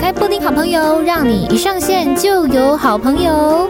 开布丁好朋友，让你一上线就有好朋友。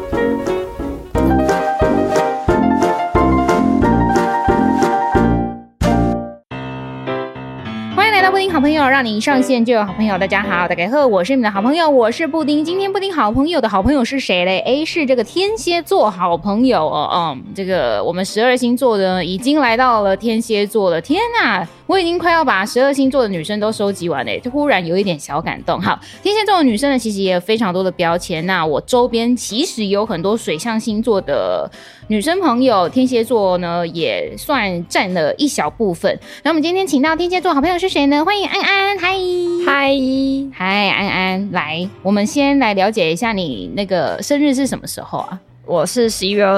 布丁好朋友，让你一上线就有好朋友。大家好，大家好，我是你们的好朋友，我是布丁。今天布丁好朋友的好朋友是谁嘞？是这个天蝎座好朋友哦。这个我们12星座呢，已经来到了天蝎座了。天哪，我已经快要把12星座的女生都收集完了，就忽然有一点小感动。好，天蝎座的女生呢，其实也有非常多的标签。那我周边其实有很多水象星座的女生朋友，天蝎座呢也算占了一小部分。那我们今天请到天蝎座好朋友是谁呢？欢迎安安，嗨，安安，来，我们先来了解一下你那个生日是什么时候啊？ 我是11月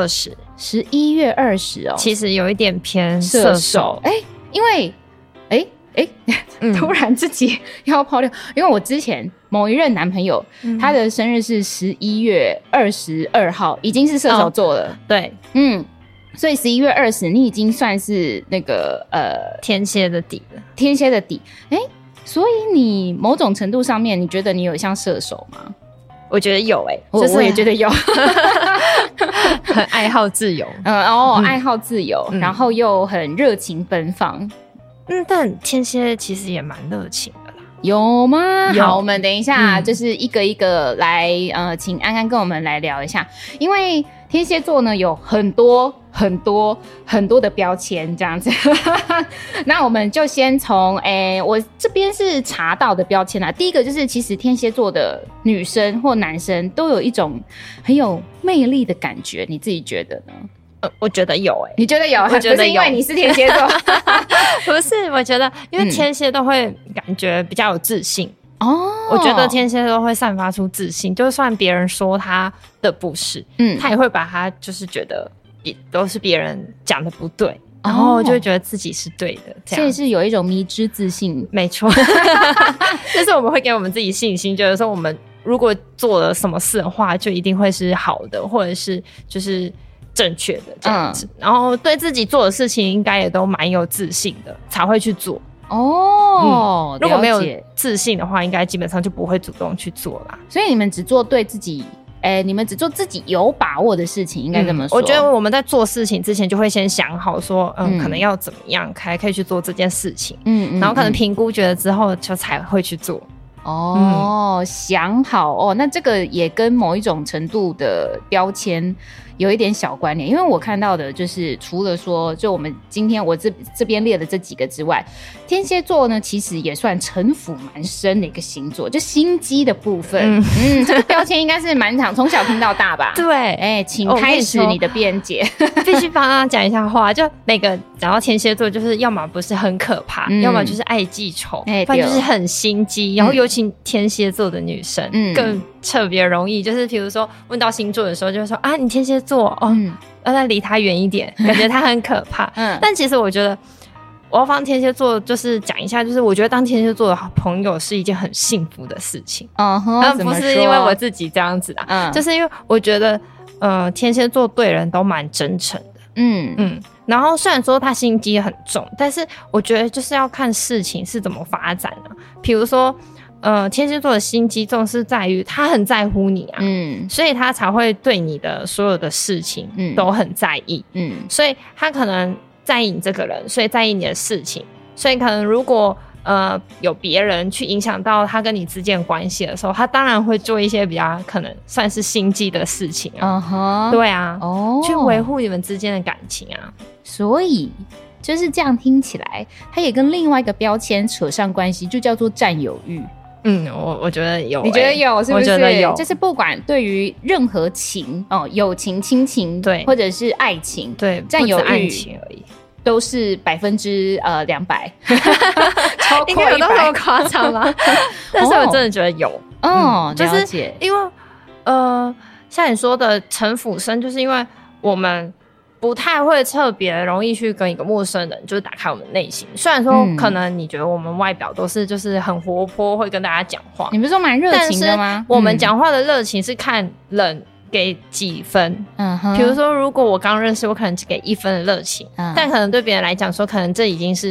20，11 月20哦。 其实有一点偏射手， 因为突然自己要爆料，因为我之前某一任男朋友，他的生日是11月22号，已经是射手座了。 对， 所以11月20，你已经算是那个天蝎的底了。 天蝎的底，所以你某种程度上面，你觉得你有像射手吗？ 我觉得有我也觉得有， 很爱好自由， 爱好自由，然后又很热情奔放。 但天蝎其实也蛮热情的啦， 有吗？ 有。 好，我们等一下就是一个一个来，请安安跟我们来聊一下，因为天蝎座呢有很多的标签这样子。那我们就先从我这边是查到的标签啦。第一个就是其实天蝎座的女生或男生都有一种很有魅力的感觉，你自己觉得呢？ 我觉得有你觉得有？ 我觉得有， 不是因为你是天蝎座。 不是，我觉得因为天蝎都会感觉比较有自信我觉得天蝎都会散发出自信，就算别人说他的不是，他也会把他就是觉得都是别人讲的不对，然后就会觉得自己是对的，这样。 所以是有一种迷之自信。 没错。就是我们会给我们自己信心，觉得说我们如果做了什么事的话，就一定会是好的，或者是就是正确的这样子，然后对自己做的事情应该也都蛮有自信的，才会去做。如果没有自信的话，应该基本上就不会主动去做啦。 所以你们只做对自己，你们只做自己有把握的事情，应该这么说。 我觉得我们在做事情之前就会先想好说，可能要怎么样才可以去做这件事情，然后可能评估觉得之后就才会去做。 想好那这个也跟某一种程度的标签有一点小关联，因为我看到的就是除了说就我们今天我这边列的这几个之外，天蝎座呢其实也算城府蛮深的一个星座，就心机的部分。这个标签应该是蛮常从小听到大吧。 对， 请开始你的辩解。 必须帮他讲一下话，就每个讲到天蝎座，就是要么不是很可怕，要么就是爱记仇，不然就是很心机，然后尤其天蝎座的女生更特别容易，就是比如说问到星座的时候就会说啊你天蝎座要再离他远一点，感觉他很可怕。但其实我觉得我要帮天蝎座就是讲一下，就是我觉得当天蝎座的好朋友是一件很幸福的事情。不是因为我自己这样子啦，就是因为我觉得天蝎座对人都蛮真诚的。然后虽然说他心机很重，但是我觉得就是要看事情是怎么发展的。比如说天蝎座的心机重是在于他很在乎你所以他才会对你的所有的事情都很在意。所以他可能在意你这个人，所以在意你的事情，所以可能如果有别人去影响到他跟你之间关系的时候，他当然会做一些比较可能算是心机的事情对啊，去维护你们之间的感情啊。 所以就是这样听起来，他也跟另外一个标签扯上关系，就叫做占有欲。 我觉得有。 你觉得有是不是？ 我觉得有， 就是不管对于任何情友情、亲情，对，或者是爱情， 对， 占有欲爱情而已， 都是200%，超过100%， 应该有那么夸张吗？但是我真的觉得有。就是因为像你说的城府深，就是因为我们不太会特别容易去跟一个陌生人就是打开我们内心。虽然说可能你觉得我们外表都是就是很活泼，会跟大家讲话， 你不是说蛮热情的吗？ 我们讲话的热情是看人给几分。比如说如果我刚认识，我可能只给1分的热情，但可能对别人来讲说可能这已经是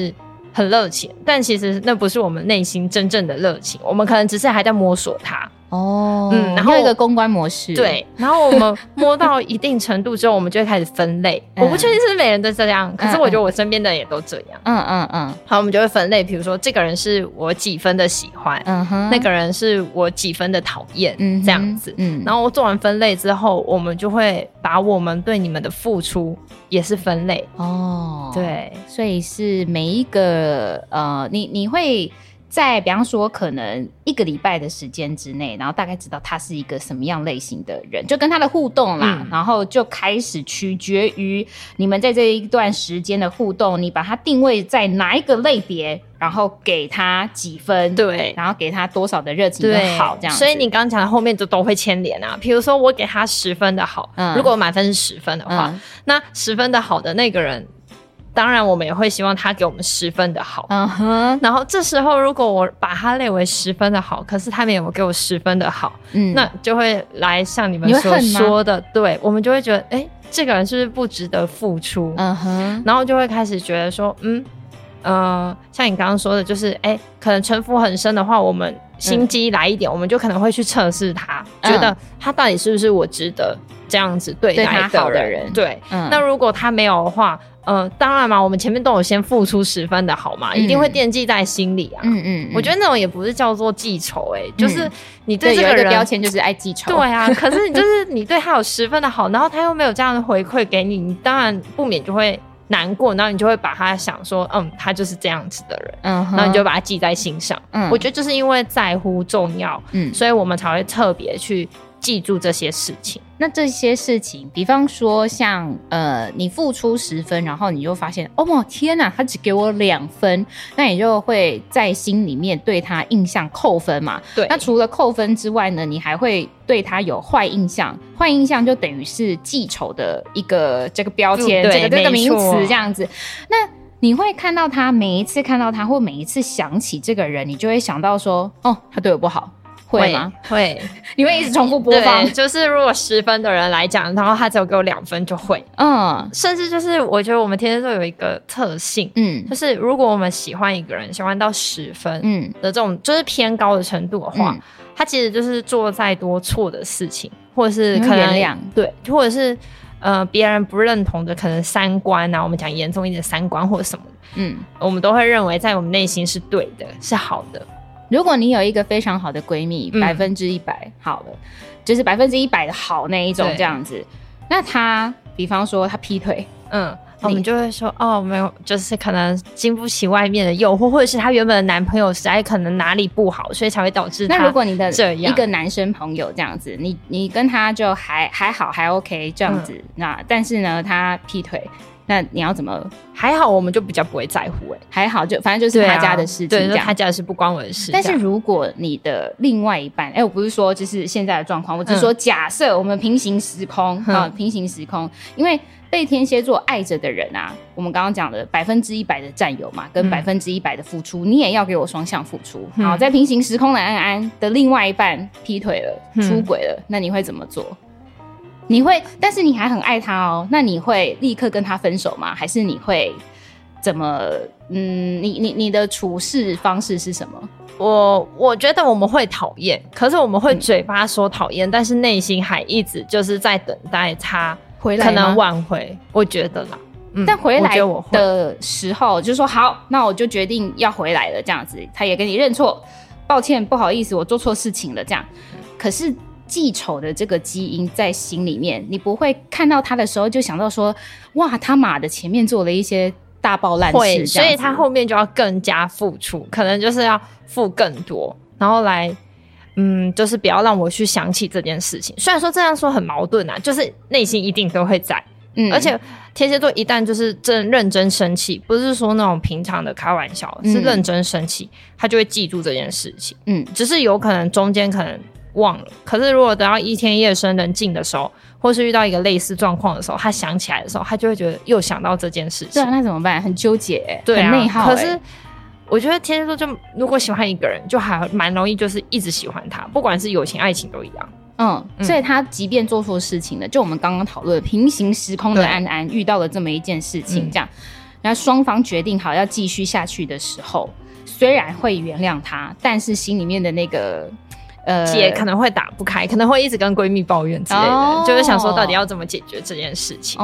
很热情，但其实那不是我们内心真正的热情，我们可能只是还在摸索它。 然后一个公关模式， 对，然后我们摸到一定程度之后，我们就会开始分类。我不确定是不是每人都这样，可是我觉得我身边的人也都这样。好，我们就会分类，比如说这个人是我几分的喜欢，那个人是我几分的讨厌，这样子。然后做完分类之后，我们就会把我们对你们的付出也是分类。对， 所以是每一个你会在比方说可能1个礼拜的时间之内，然后大概知道他是一个什么样类型的人，就跟他的互动啦，然后就开始取决于你们在这一段时间的互动，你把它定位在哪一个类别，然后给他几分， 对， 然后给他多少的热情的好，这样子。 所以你刚刚讲的后面就都会牵连啊。比如说我给他10分的好，如果满分是10分的话，那10分的好的那个人，当然我们也会希望他给我们10分的好。然后这时候如果我把他列为10分的好，可是他没有给我10分的好，那就会来像你们所说的，对，我们就会觉得这个人是不是不值得付出？然后就会开始觉得说像你刚刚说的，就是可能城府很深的话，我们心机来一点，我们就可能会去测试他，觉得他到底是不是我值得这样子对待的人。对，那如果他没有的话，当然嘛，我们前面都有先付出10分的好嘛，一定会惦记在心里啊。我觉得那种也不是叫做记仇，就是你对这个人有一个标签就是爱记仇。 对啊，可是就是你对他有10分的好，然后他又没有这样的回馈给你，你当然不免就会难过，然后你就会把他想说他就是这样子的人，然后你就把他记在心上。我觉得就是因为在乎重要，所以我们才会特别去记住这些事情。 那这些事情比方说像你付出10分，然后你就发现天哪，他只给我2分，那你就会在心里面对他印象扣分嘛。 对， 那除了扣分之外呢，你还会对他有坏印象，坏印象就等于是记仇的一个这个标签，这个名词这样子。那你会看到他，每一次看到他或每一次想起这个人，你就会想到说他对我不好。会吗？ 会， 你会一直重复播放。 对，就是如果10分的人来讲，然后他只有给我2分就会，甚至就是我觉得我们天蝎座有一个特性，就是如果我们喜欢一个人，喜欢到10分的这种就是偏高的程度的话，他其实就是做再多错的事情，或者是可能原谅， 对，或者是别人不认同的可能3观啊，我们讲严重一点3观或者什么的，我们都会认为在我们内心是对的，是好的。 如果你有一个非常好的闺蜜，100%好了，就是100%的好那一种这样子，那她比方说她劈腿， 我们就会说没有，就是可能经不起外面的诱惑，或者是她原本的男朋友实在可能哪里不好，所以才会导致她。 那如果你的一个男生朋友这样子，你跟他就还好还 OK 这样子，那但是呢他劈腿，那你要怎么？ 还好我们就比较不会在乎还好就反正就是他家的事情， 对，他家的事不关我的事。 但是如果你的另外一半，我不是说就是现在的状况，我只是说假设我们平行时空平行时空，因为被天蝎座爱着的人啊，我们刚刚讲的100%的占有嘛，跟100%的付出，你也要给我双向付出。好，在平行时空的安安的另外一半劈腿了，出轨了，那你会怎么做？你会，但是你还很爱他那你会立刻跟他分手吗？还是你会怎么？你的处事方式是什么？ 我觉得我们会讨厌，可是我们会嘴巴说讨厌，但是内心还一直就是在等待他回来，可能挽回。我觉得啦， 但回来的时候就说好，那我就决定要回来了，这样子，他也跟你认错，抱歉，不好意思，我做错事情了，这样。可是记仇的这个基因在心里面，你不会看到他的时候就想到说，哇，他妈的前面做了一些大爆烂事， 所以他后面就要更加付出，可能就是要付更多，然后来就是不要让我去想起这件事情。虽然说这样说很矛盾啊，就是内心一定都会在，而且天蝎座一旦就是真认真生气，不是说那种平常的开玩笑，是认真生气，他就会记住这件事情。只是有可能中间可能忘了，可是如果等到一天夜深人静的时候，或是遇到一个类似状况的时候，他想起来的时候，他就会觉得又想到这件事情。 对啊，那怎么办？很纠结对啊， 很内耗可是我觉得天蝎座就如果喜欢一个人，就还蛮容易就是一直喜欢他，不管是友情爱情都一样。 所以他即便做错事情了，就我们刚刚讨论平行时空的安安遇到了这么一件事情，这样然后双方决定好要继续下去的时候，虽然会原谅他，但是心里面的那个结可能会打不开，可能会一直跟闺蜜抱怨之类的，就是想说到底要怎么解决这件事情。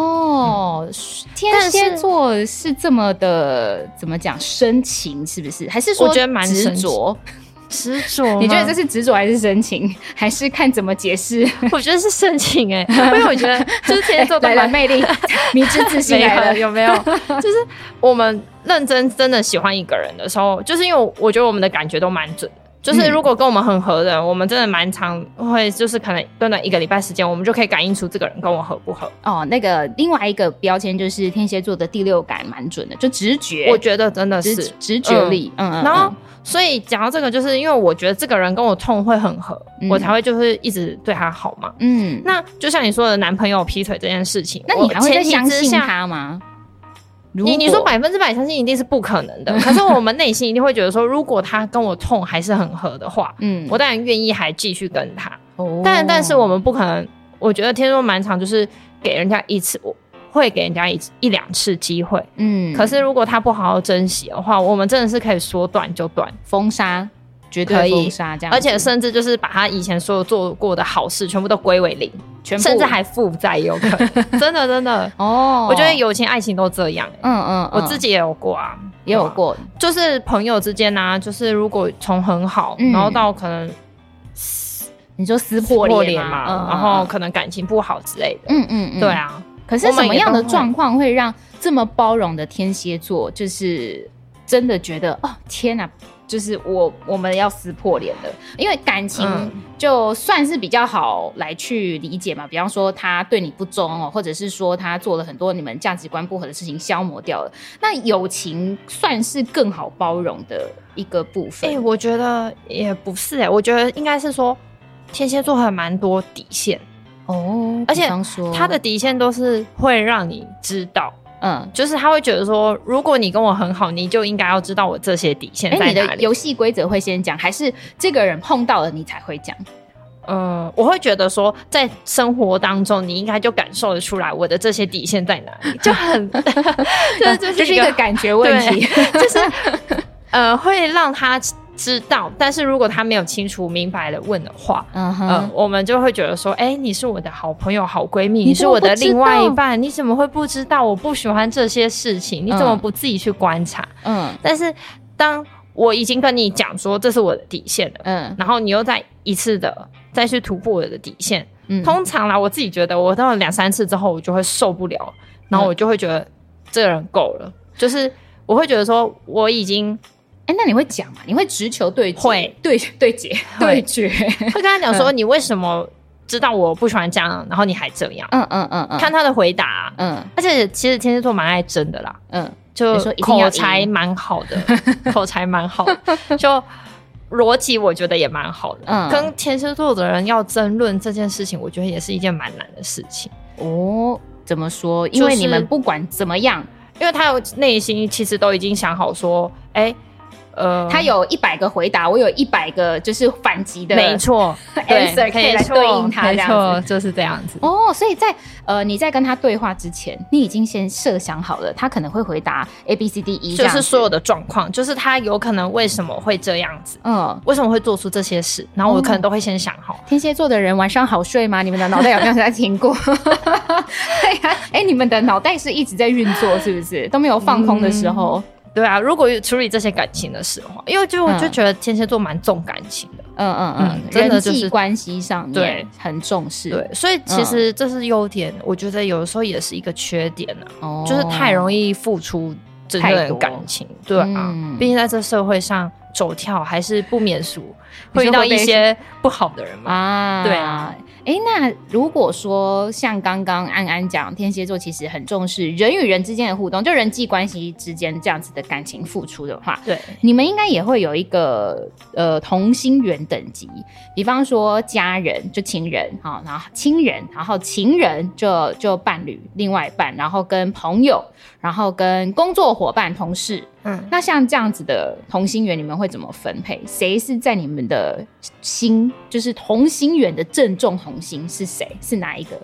天蝎座是这么的怎么讲深情，是不是？还是说我觉得蛮执着？ 执着？ 你觉得这是执着还是深情？还是看怎么解释？ 我觉得是深情因为我觉得就是天蝎座来了魅力，迷之自信来了， 有没有？就是我们认真真的喜欢一个人的时候，就是因为我觉得我们的感觉都蛮准的。就是如果跟我们很合的人，我们真的蛮常会，就是可能短短1个礼拜时间，我们就可以感应出这个人跟我合不合。 那个另外一个标签就是天蝎座的第六感蛮准的，就直觉。 我觉得真的是直觉力。 然后所以讲到这个，就是因为我觉得这个人跟我痛会很合，我才会就是一直对他好嘛。那就像你说的男朋友劈腿这件事情， 那你还会再相信他吗？ 你说100%相信一定是不可能的，可是我们内心一定会觉得说，如果他跟我痛还是很合的话，我当然愿意还继续跟他。但是我们不可能，我觉得天蝎座蛮常就是给人家一次，我会给人家一两次机会，可是如果他不好好珍惜的话，我们真的是可以说断就断， 封杀。绝对封杀这样， 而且甚至就是把他以前所有做过的好事全部都归为零，甚至还负债也有可能。真的我觉得友情爱情都这样。我自己也有过啊， 也有过， 就是朋友之间啊，就是如果从很好，然后到可能你说撕破脸嘛，然后可能感情不好之类的。对啊。 可是什么样的状况会让这么包容的天蝎座，就是真的觉得天哪，就是我们要撕破脸了？因为感情就算是比较好来去理解嘛，比方说他对你不忠或者是说他做了很多你们价值观不合的事情消磨掉了，那友情算是更好包容的一个部分。 我觉得也不是我觉得应该是说天蝎座还蛮多底线而且他的底线都是会让你知道。就是他会觉得说，如果你跟我很好，你就应该要知道我这些底线在哪里。 你的游戏规则会先讲，还是这个人碰到了你才会讲？ 我会觉得说，在生活当中，你应该就感受得出来我的这些底线在哪里，就很这是一个感觉问题， 就是会让他知道，但是如果他没有清楚明白的问的话，我们就会觉得说，你是我的好朋友好闺蜜，你是我的另外一半，你怎么会不知道我不喜欢这些事情？你怎么不自己去观察？但是当我已经跟你讲说这是我的底线了，然后你又再一次的再去突破我的底线，通常啦，我自己觉得我到了2-3次之后，我就会受不了，然后我就会觉得这个人够了，就是我会觉得说我已经。 那你会讲吗？你会直球对决？ 会对决， 会跟他讲说你为什么知道我不喜欢这样，然后你还这样？看他的回答。而且其实天蝎座蛮爱争的啦。就口才蛮好的，就逻辑我觉得也蛮好的。跟天蝎座的人要争论这件事情，我觉得也是一件蛮难的事情。 怎么说？因为你们不管怎么样， 因为他有内心其实都已经想好说， 他有100个回答，我有100个就是反击的， 没错 ，answer 可以来对应他，这样子就是这样子。 所以在你在跟他对话之前，你已经先设想好了，他可能会回答 ABCDE， 就是所有的状况，就是他有可能为什么会这样子，为什么会做出这些事，然后我可能都会先想好。 天蝎座的人晚上好睡吗？你们的脑袋有没有在听过？对呀，你们的脑袋是一直在运作，是不是都没有放空的时候？ 对啊，如果处理这些感情的事的话，因为我就觉得天蝎座蛮重感情的， 真的就是人际关系上面很重视， 对，所以其实这是优点，我觉得有的时候也是一个缺点就是太容易付出真正的感情，对啊，毕竟在这社会上走跳还是不免俗，会遇到一些不好的人嘛，对啊。 那如果说像刚刚安安讲，天蝎座其实很重视人与人之间的互动，就人际关系之间这样子的感情付出的话， 对， 你们应该也会有一个同心圆等级，比方说家人就亲人，然后亲人，然后情人就伴侣另外一半，然后跟朋友，然后跟工作伙伴同事。那像这样子的同心圆，你们会怎么分配？谁是在你们的心，就是同心圆的正中红心是谁？是哪一个？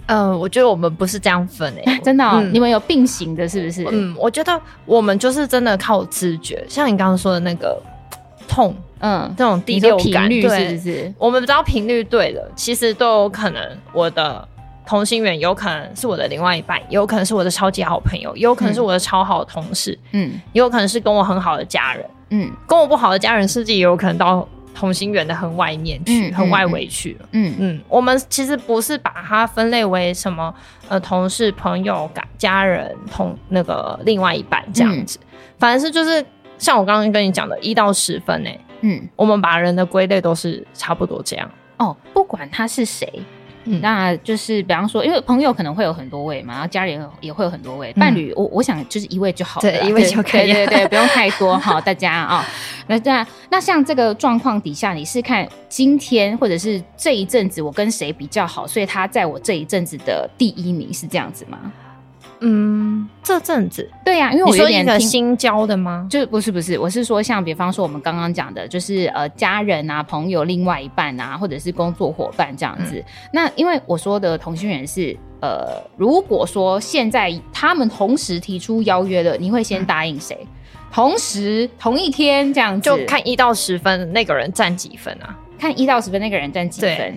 我觉得我们不是这样分真的你们有并行的是不是？ 我觉得我们就是真的靠直觉，像你刚刚说的那个痛，这种第六感， 频率是不是？ 我们只要频率对了，其实都有可能我的同心圆有可能是我的另外一半，也有可能是我的超级好朋友，也有可能是我的超好的同事，也有可能是跟我很好的家人，跟我不好的家人甚至也有可能到同心圆的很外面去，很外围去了。我们其实不是把它分类为什么同事、朋友、家人、那个另外一半这样子，反而是就是像我刚刚跟你讲的1到10分我们把人的归类都是差不多这样。 不管他是谁。那就是比方说，因为朋友可能会有很多位嘛，然后家人也会有很多位，伴侣我想就是1位就好了， 对，1位就可以了， 对，不用太多哈，大家那像这个状况底下，你是看今天或者是这一阵子我跟谁比较好，所以他在我这一阵子的第1名是这样子吗？ 这阵子对呀，因为我有点你说一个新交的吗？ 就不是，我是说像比方说我们刚刚讲的，就是家人啊、朋友、另外一半啊，或者是工作伙伴这样子。那因为我说的同心圆是如果说现在他们同时提出邀约了，你会先答应谁？同时同一天这样子， 就看1到10分那个人占几分啊？ 看1到10分那个人占几分？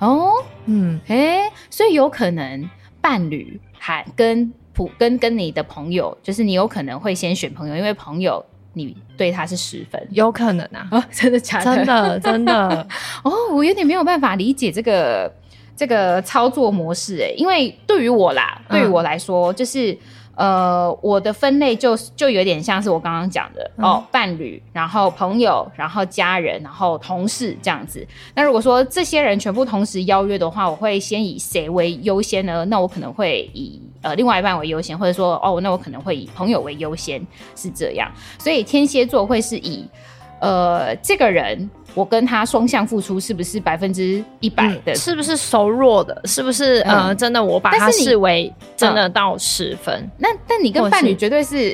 所以有可能伴侣跟你的朋友，就是你有可能会先选朋友，因为朋友你对他是10分， 有可能真的假的？ 真的我有点没有办法理解这个操作模式因为对于我来说，就是我的分类就有点像是我刚刚讲的伴侣，然后朋友，然后家人，然后同事这样子。那如果说这些人全部同时邀约的话，我会先以谁为优先呢？那我可能会以另外一半为优先，或者说那我可能会以朋友为优先，是这样。所以天蝎座会是以这个人我跟他双向付出是不是100%的， 是不是熟络的，是不是真的我把他视为真的到10分。 但你跟伴侣绝对是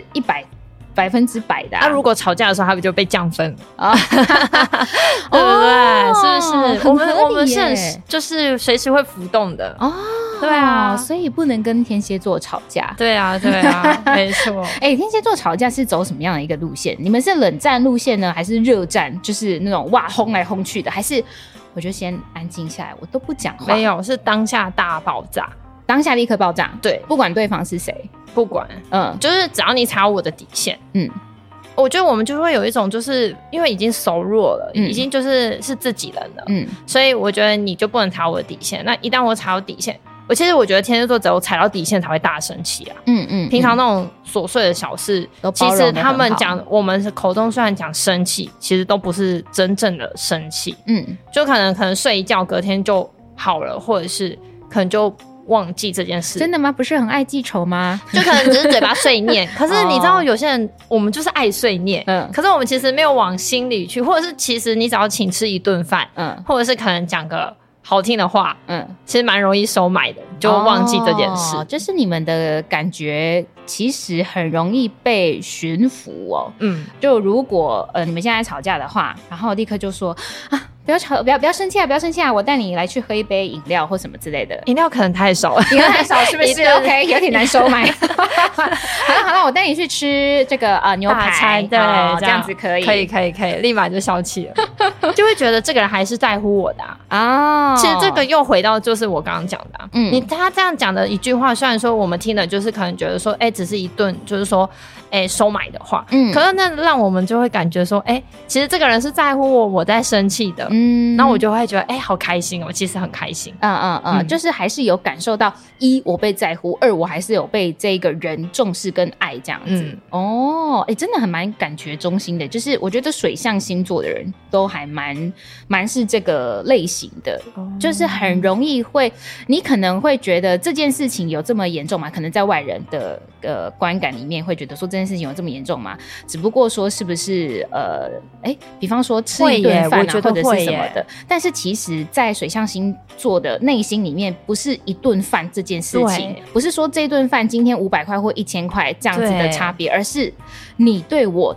100%的那如果吵架的时候他不就被降分了对不对？是不是我们是就是随时会浮动的对啊， 所以不能跟天蝎座吵架。 对啊没错天蝎座吵架是走什么样的一个路线？你们是冷战路线呢，还是热战，就是那种轰来轰去的，还是我就先安静下来，我都不讲话？ 没有，是当下大爆炸， 当下立刻爆炸。 对， 不管对方是谁， 不管就是只要你踩我的底线我觉得我们就会有一种就是因为已经熟络了已经就是自己人了所以我觉得你就不能踩我的底线。那一旦我踩到底线，其实我觉得天蝎座只有踩到底线才会大生气平常那种琐碎的小事其实他们讲我们口中虽然讲生气，其实都不是真正的生气就可能睡一觉隔天就好了，或者是可能就忘记这件事。 真的吗？不是很爱记仇吗？ 就可能只是嘴巴碎念可是你知道有些人我们就是爱碎念可是我们其实没有往心里去，或者是其实你只要请吃一顿饭或者是可能讲个好听的话其实蛮容易收买的，就忘记这件事就是你们的感觉其实很容易被驯服就如果你们现在吵架的话，然后立刻就说不要吵，不要生气啊！不要生气啊！我带你来去喝一杯饮料或什么之类的。 饮料可能太少了， 饮料太少是不是？OK， 有点难收买。好了，我带你去吃这个牛排， 对， 这样子可以， 立马就消气了，就会觉得这个人还是在乎我的其实这个又回到就是我刚刚讲的他这样讲的一句话，虽然说我们听的就是可能觉得说，只是一顿就是说，收买的话，可是那让我们就会感觉说，其实这个人是在乎我在生气的。那我就会觉得好开心我其实很开心就是还是有感受到1我被在乎，2我还是有被这个人重视跟爱这样子真的很蛮感觉中心的，就是我觉得水象星座的人都还蛮是这个类型的就是很容易会，你可能会觉得这件事情有这么严重吗？可能在外人的观感里面会觉得说这件事情有这么严重吗？只不过说是不是比方说吃一顿饭或者是什么的，但是其实在水象星座的内心里面不是一顿饭这件事情，不是说这顿饭今天500块或1000块这样子的差别，而是你对我的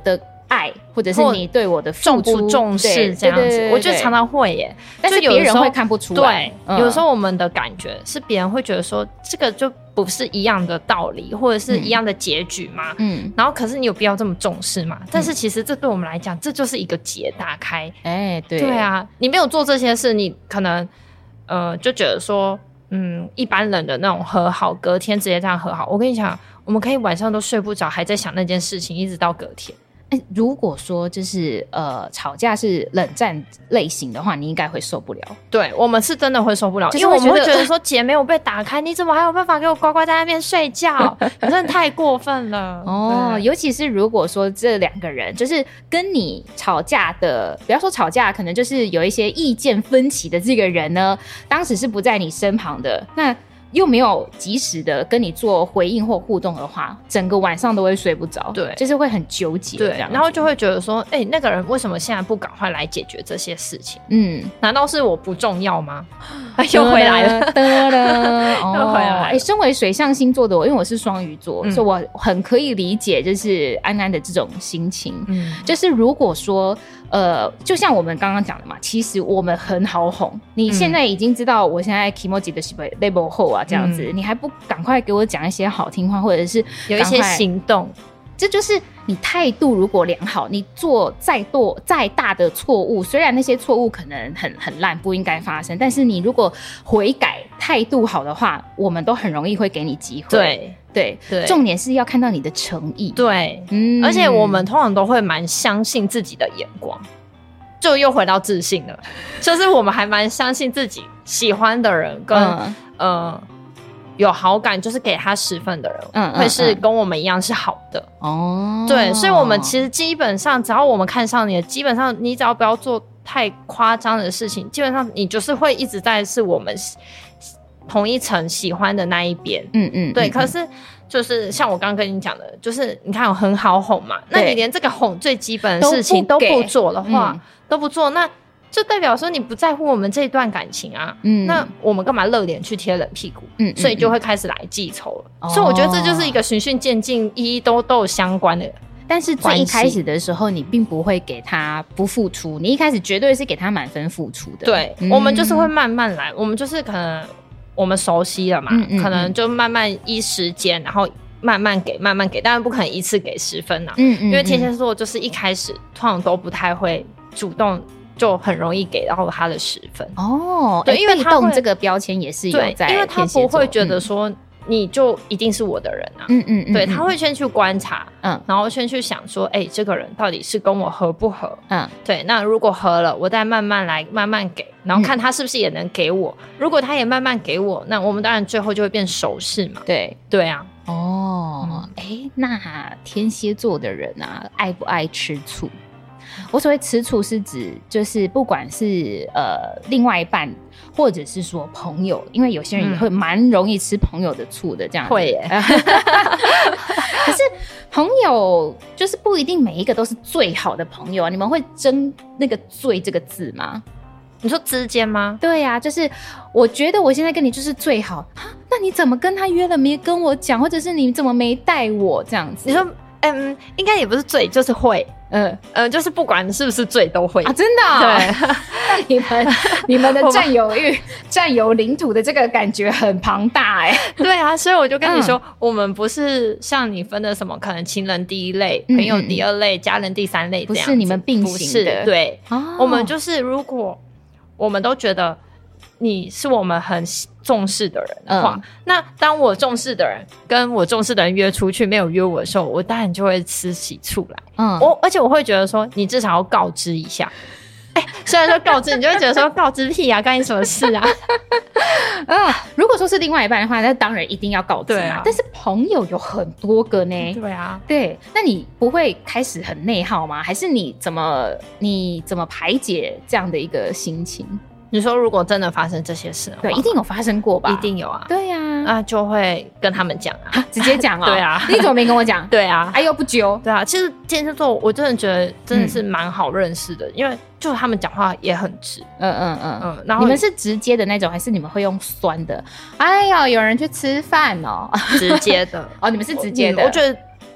爱，或者是你对我的付出重不重视这样子。对，我觉得常常会耶， 但是别人会看不出来。 对，有时候我们的感觉是别人会觉得说这个就不是一样的道理，或者是一样的结局嘛。然后可是你有必要这么重视吗？但是其实这对我们来讲，这就是一个结打开。对啊，你没有做这些事，你可能就觉得说一般人的那种和好，隔天直接这样和好。我跟你讲，我们可以晚上都睡不着，还在想那件事情，一直到隔天。 如果说就是吵架是冷战类型的话，你应该会受不了。 对，我们是真的会受不了，因为我们会觉得说姐妹我被打开，你怎么还有办法给我乖乖在那边睡觉？你真的太过分了。 尤其是如果说这两个人就是跟你吵架的，不要说吵架，可能就是有一些意见分歧的这个人呢，当时是不在你身旁的，那又没有及时的跟你做回应或互动的话，整个晚上都会睡不着。对，就是会很纠结。对， 然后就会觉得说，那个人为什么现在不赶快来解决这些事情？难道是我不重要吗？又回来了，又回来了。 身为水象星座的我，因为我是双鱼座，所以我很可以理解，就是安安的这种心情。就是如果说就像我们刚刚讲的嘛，其实我们很好哄。你现在已经知道我现在 Kimoji 的 level 后啊，这样子，你还不赶快给我讲一些好听话，或者是有一些行动， 这就是你态度如果良好，你做再大的错误，虽然那些错误可能很烂，不应该发生，但是你如果悔改态度好的话，我们都很容易会给你机会。对，重点是要看到你的诚意。 对，而且我们通常都会蛮相信自己的眼光，就又回到自信了。就是我们还蛮相信自己喜欢的人跟有好感，就是给他10分的人，会是跟我们一样是好的。对，所以我们其实基本上只要我们看上你的，基本上你只要不要做太夸张的事情，基本上你就是会一直在是我们同一层喜欢的那一边。对。可是就是像我刚刚跟你讲的，就是你看我很好哄嘛，那你连这个哄最基本的事情都不做的话，都不做，那就代表说你不在乎我们这一段感情啊。那我们干嘛热脸去贴冷屁股？所以就会开始来记仇了。所以我觉得这就是一个循序渐进，都有相关的。 但是最一开始的时候，你并不会给他不付出，你一开始绝对是给他满分付出的。 对，我们就是会慢慢来，我们就是可能我们熟悉了嘛，可能就慢慢依时间，然后慢慢给，当然不可能一次给10分啊。因为天蝎座就是一开始通常都不太会主动，就很容易给到他的10分。 对，因为被动这个标签也是有在天蝎座， 因为他不会觉得说你就一定是我的人啊。对，他会先去观察，然后先去想说，这个人到底是跟我合不合？对，那如果合了，我再慢慢来，慢慢给，然后看他是不是也能给我。如果他也慢慢给我，那我们当然最后就会变熟识嘛。对啊。 那天蝎座的人啊，爱不爱吃醋？我所谓吃醋是指就是不管是另外一半或者是说朋友，因为有些人也会蛮容易吃朋友的醋的，这样会耶。 可是朋友就是不一定每一个都是最好的朋友啊，你们会争那个最这个字吗？ 你说之间吗？ 对啊，就是我觉得我现在跟你就是最好，那你怎么跟他约了没跟我讲，或者是你怎么没带我这样子？ 你说应该也不是最，就是会，就是不管是不是最都会啊，真的、对。那你们的占有欲、占有领土的这个感觉很庞大对啊，所以我就跟你说，我们不是像你分的什么，可能情人第一类，朋友第2类，家人第3类这样子， 不是你们并行的， 对，我们就是如果我们都觉得你是我们很重视的人的话，那当我重视的人跟我重视的人约出去没有约我的时候，我当然就会吃起醋来。而且我会觉得说，你至少要告知一下。虽然说告知，你就会觉得说告知屁啊，干你什么事啊？ 如果说是另外一半的话，那当然一定要告知嘛。但是朋友有很多个呢。 对啊， 对，那你不会开始很内耗吗？还是你怎么排解这样的一个心情？ 你说如果真的发生这些事的话， 对，一定有发生过吧？ 一定有啊。 对啊， 就会跟他们讲啊， 直接讲啊。 对啊， 你怎么没跟我讲？ 对啊， 又不揪。 对啊，其实天蝎座我真的觉得真的是蛮好认识的，因为就他们讲话也很直。 然后你们是直接的那种，还是你们会用酸的？哎呀，有人去吃饭哦， 直接的。 你们是直接的。 我觉得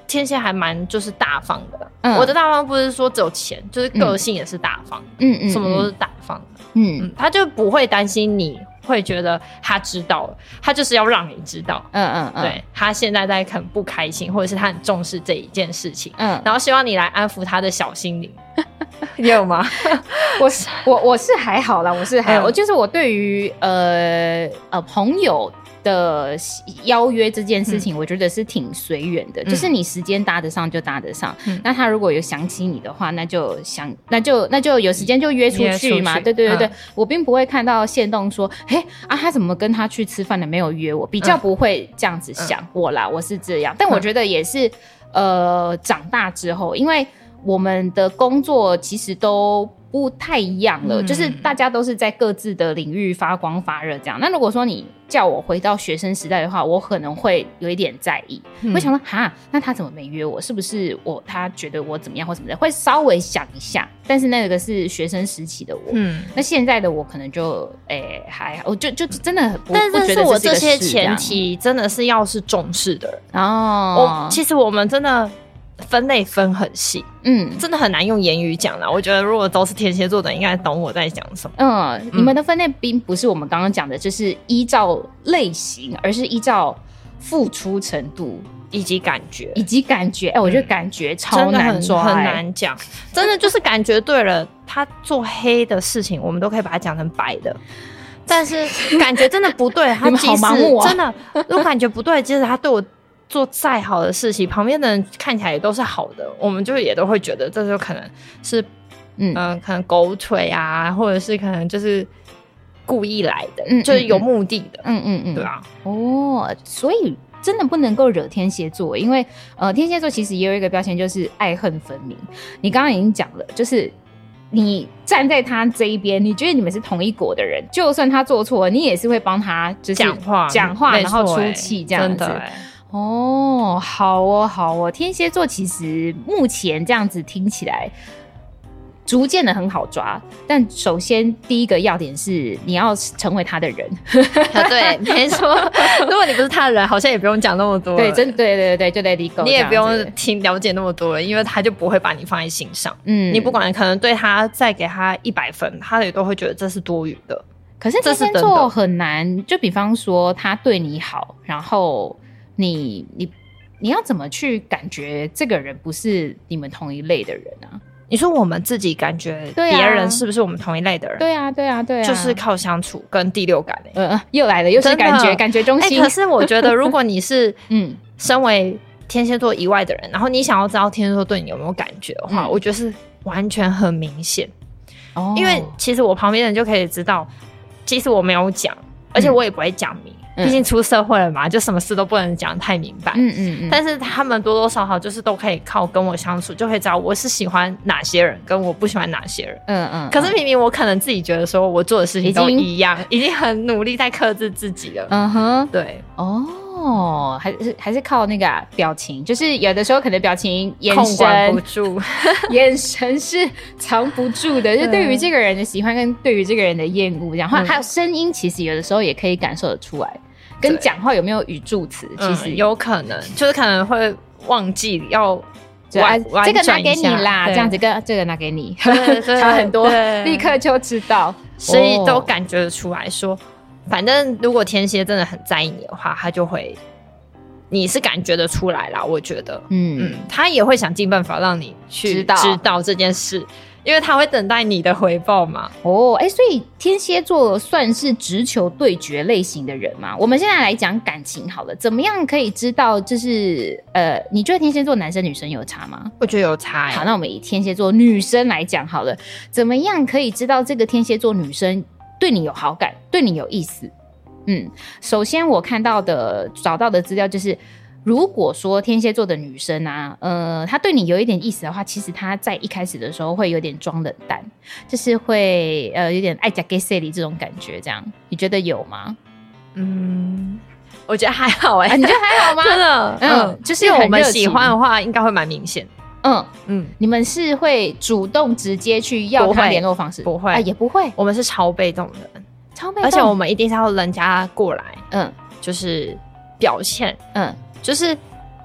天蝎还蛮就是大方的，我的大方不是说只有钱，就是个性也是大方的，什么都是大方的，他就不会担心你会觉得他知道了，他就是要让你知道，对，他现在在很不开心，或者是他很重视这一件事情，然后希望你来安抚他的小心灵。你有吗？ 我是还好啦，我是还好，就是我对于朋友的邀约这件事情，我觉得是挺随缘的，就是你时间搭得上就搭得上，那他如果有想起你的话，那就有时间就约出去嘛，对，我并不会看到限动说，他怎么跟他去吃饭的没有约我，比较不会这样子想，我是这样，但我觉得也是长大之后，因为我们的工作其实都不太一样了，就是大家都是在各自的领域发光发热这样。那如果说你叫我回到学生时代的话，我可能会有一点在意，会想说那他怎么没约我？是不是他觉得我怎么样或什么的？会稍微想一下。但是那个是学生时期的我，那现在的我可能就还好，我就真的不觉得我这些前提真的是要是重视的人其实我们真的分类分很细，真的很难用言语讲啦。我觉得如果都是天蝎座的，应该懂我在讲什么。 你们的分类并不是我们刚刚讲的，就是依照类型，而是依照付出程度以及感觉， 我觉得感觉超难抓， 很难讲。真的就是感觉对了，他做黑的事情，我们都可以把它讲成白的。但是感觉真的不对，他即使真的，如果感觉不对，即使他对我做再好的事情，旁边的人看起来也都是好的，我们就也都会觉得这就可能是可能狗腿啊，或者是可能就是故意来的，就是有目的的，对啊。 所以真的不能够惹天蝎座，因为天蝎座其实也有一个标签，就是爱恨分明。你刚刚已经讲了，就是你站在他这一边，你觉得你们是同一国的人，就算他做错了，你也是会帮他就是讲话然后出气这样子。好哦，天蝎座其实目前这样子听起来逐渐的很好抓，但首先第一个要点是你要成为他的人。 对，没错。如果你不是他的人，好像也不用讲那么多了。 对，对，就 let it go， 你也不用了解那么多了，因为他就不会把你放在心上。你不管可能对他再给他100分，他也都会觉得这是多余的。 可是天蝎座很难，就比方说他对你好，然后你要怎么去感觉这个人不是你们同一类的人啊？ 你说我们自己感觉别人是不是我们同一类的人？ 对啊， 就是靠相处跟第六感。 又来了，又是感觉中心。 可是我觉得如果你是身为天蝎座以外的人，然后你想要知道天蝎座对你有没有感觉的话，我觉得是完全很明显。因为其实我旁边的人就可以知道，即使我没有讲，而且我也不会讲明，毕竟出社会了嘛，就什么事都不能讲太明白。但是他们多多少少就是都可以靠跟我相处，就可以知道我是喜欢哪些人，跟我不喜欢哪些人。可是明明我可能自己觉得说我做的事情都一样，已经很努力在克制自己了。对。 还是靠那个表情，就是有的时候可能表情、眼神控管不住， 眼神是藏不住的，就对于这个人的喜欢跟对于这个人的厌恶，然后还有声音，其实有的时候也可以感受得出来，跟讲话有没有语助词，其实有可能，就是可能会忘记要这个拿给你啦，这样子跟这个拿给你，差很多，立刻就知道， 所以都感觉得出来说。反正如果天蝎真的很在意你的话，他就会，你是感觉得出来啦，我觉得，他也会想尽办法让你去知道这件事，因为他会等待你的回报嘛。 所以天蝎座算是直球对决类型的人嘛？我们现在来讲感情好了，怎么样可以知道？就是你觉得天蝎座男生女生有差吗？ 我觉得有差。 好，那我们以天蝎座女生来讲好了，怎么样可以知道这个天蝎座女生对你有好感，对你有意思？首先我找到的资料就是，如果说天蝎座的女生啊，她对你有一点意思的话，其实她在一开始的时候会有点装冷淡，就是会有点爱讲 gay 这种感觉，这样你觉得有吗？ 我觉得还好你觉得还好吗？ 真的，就是我们喜欢的话，应该会蛮明显。 你们是会主动直接去要他联络方式？不会，也不会。 我们是超被动的人， 超被动， 而且我们一定是要人家过来，就是表现，就是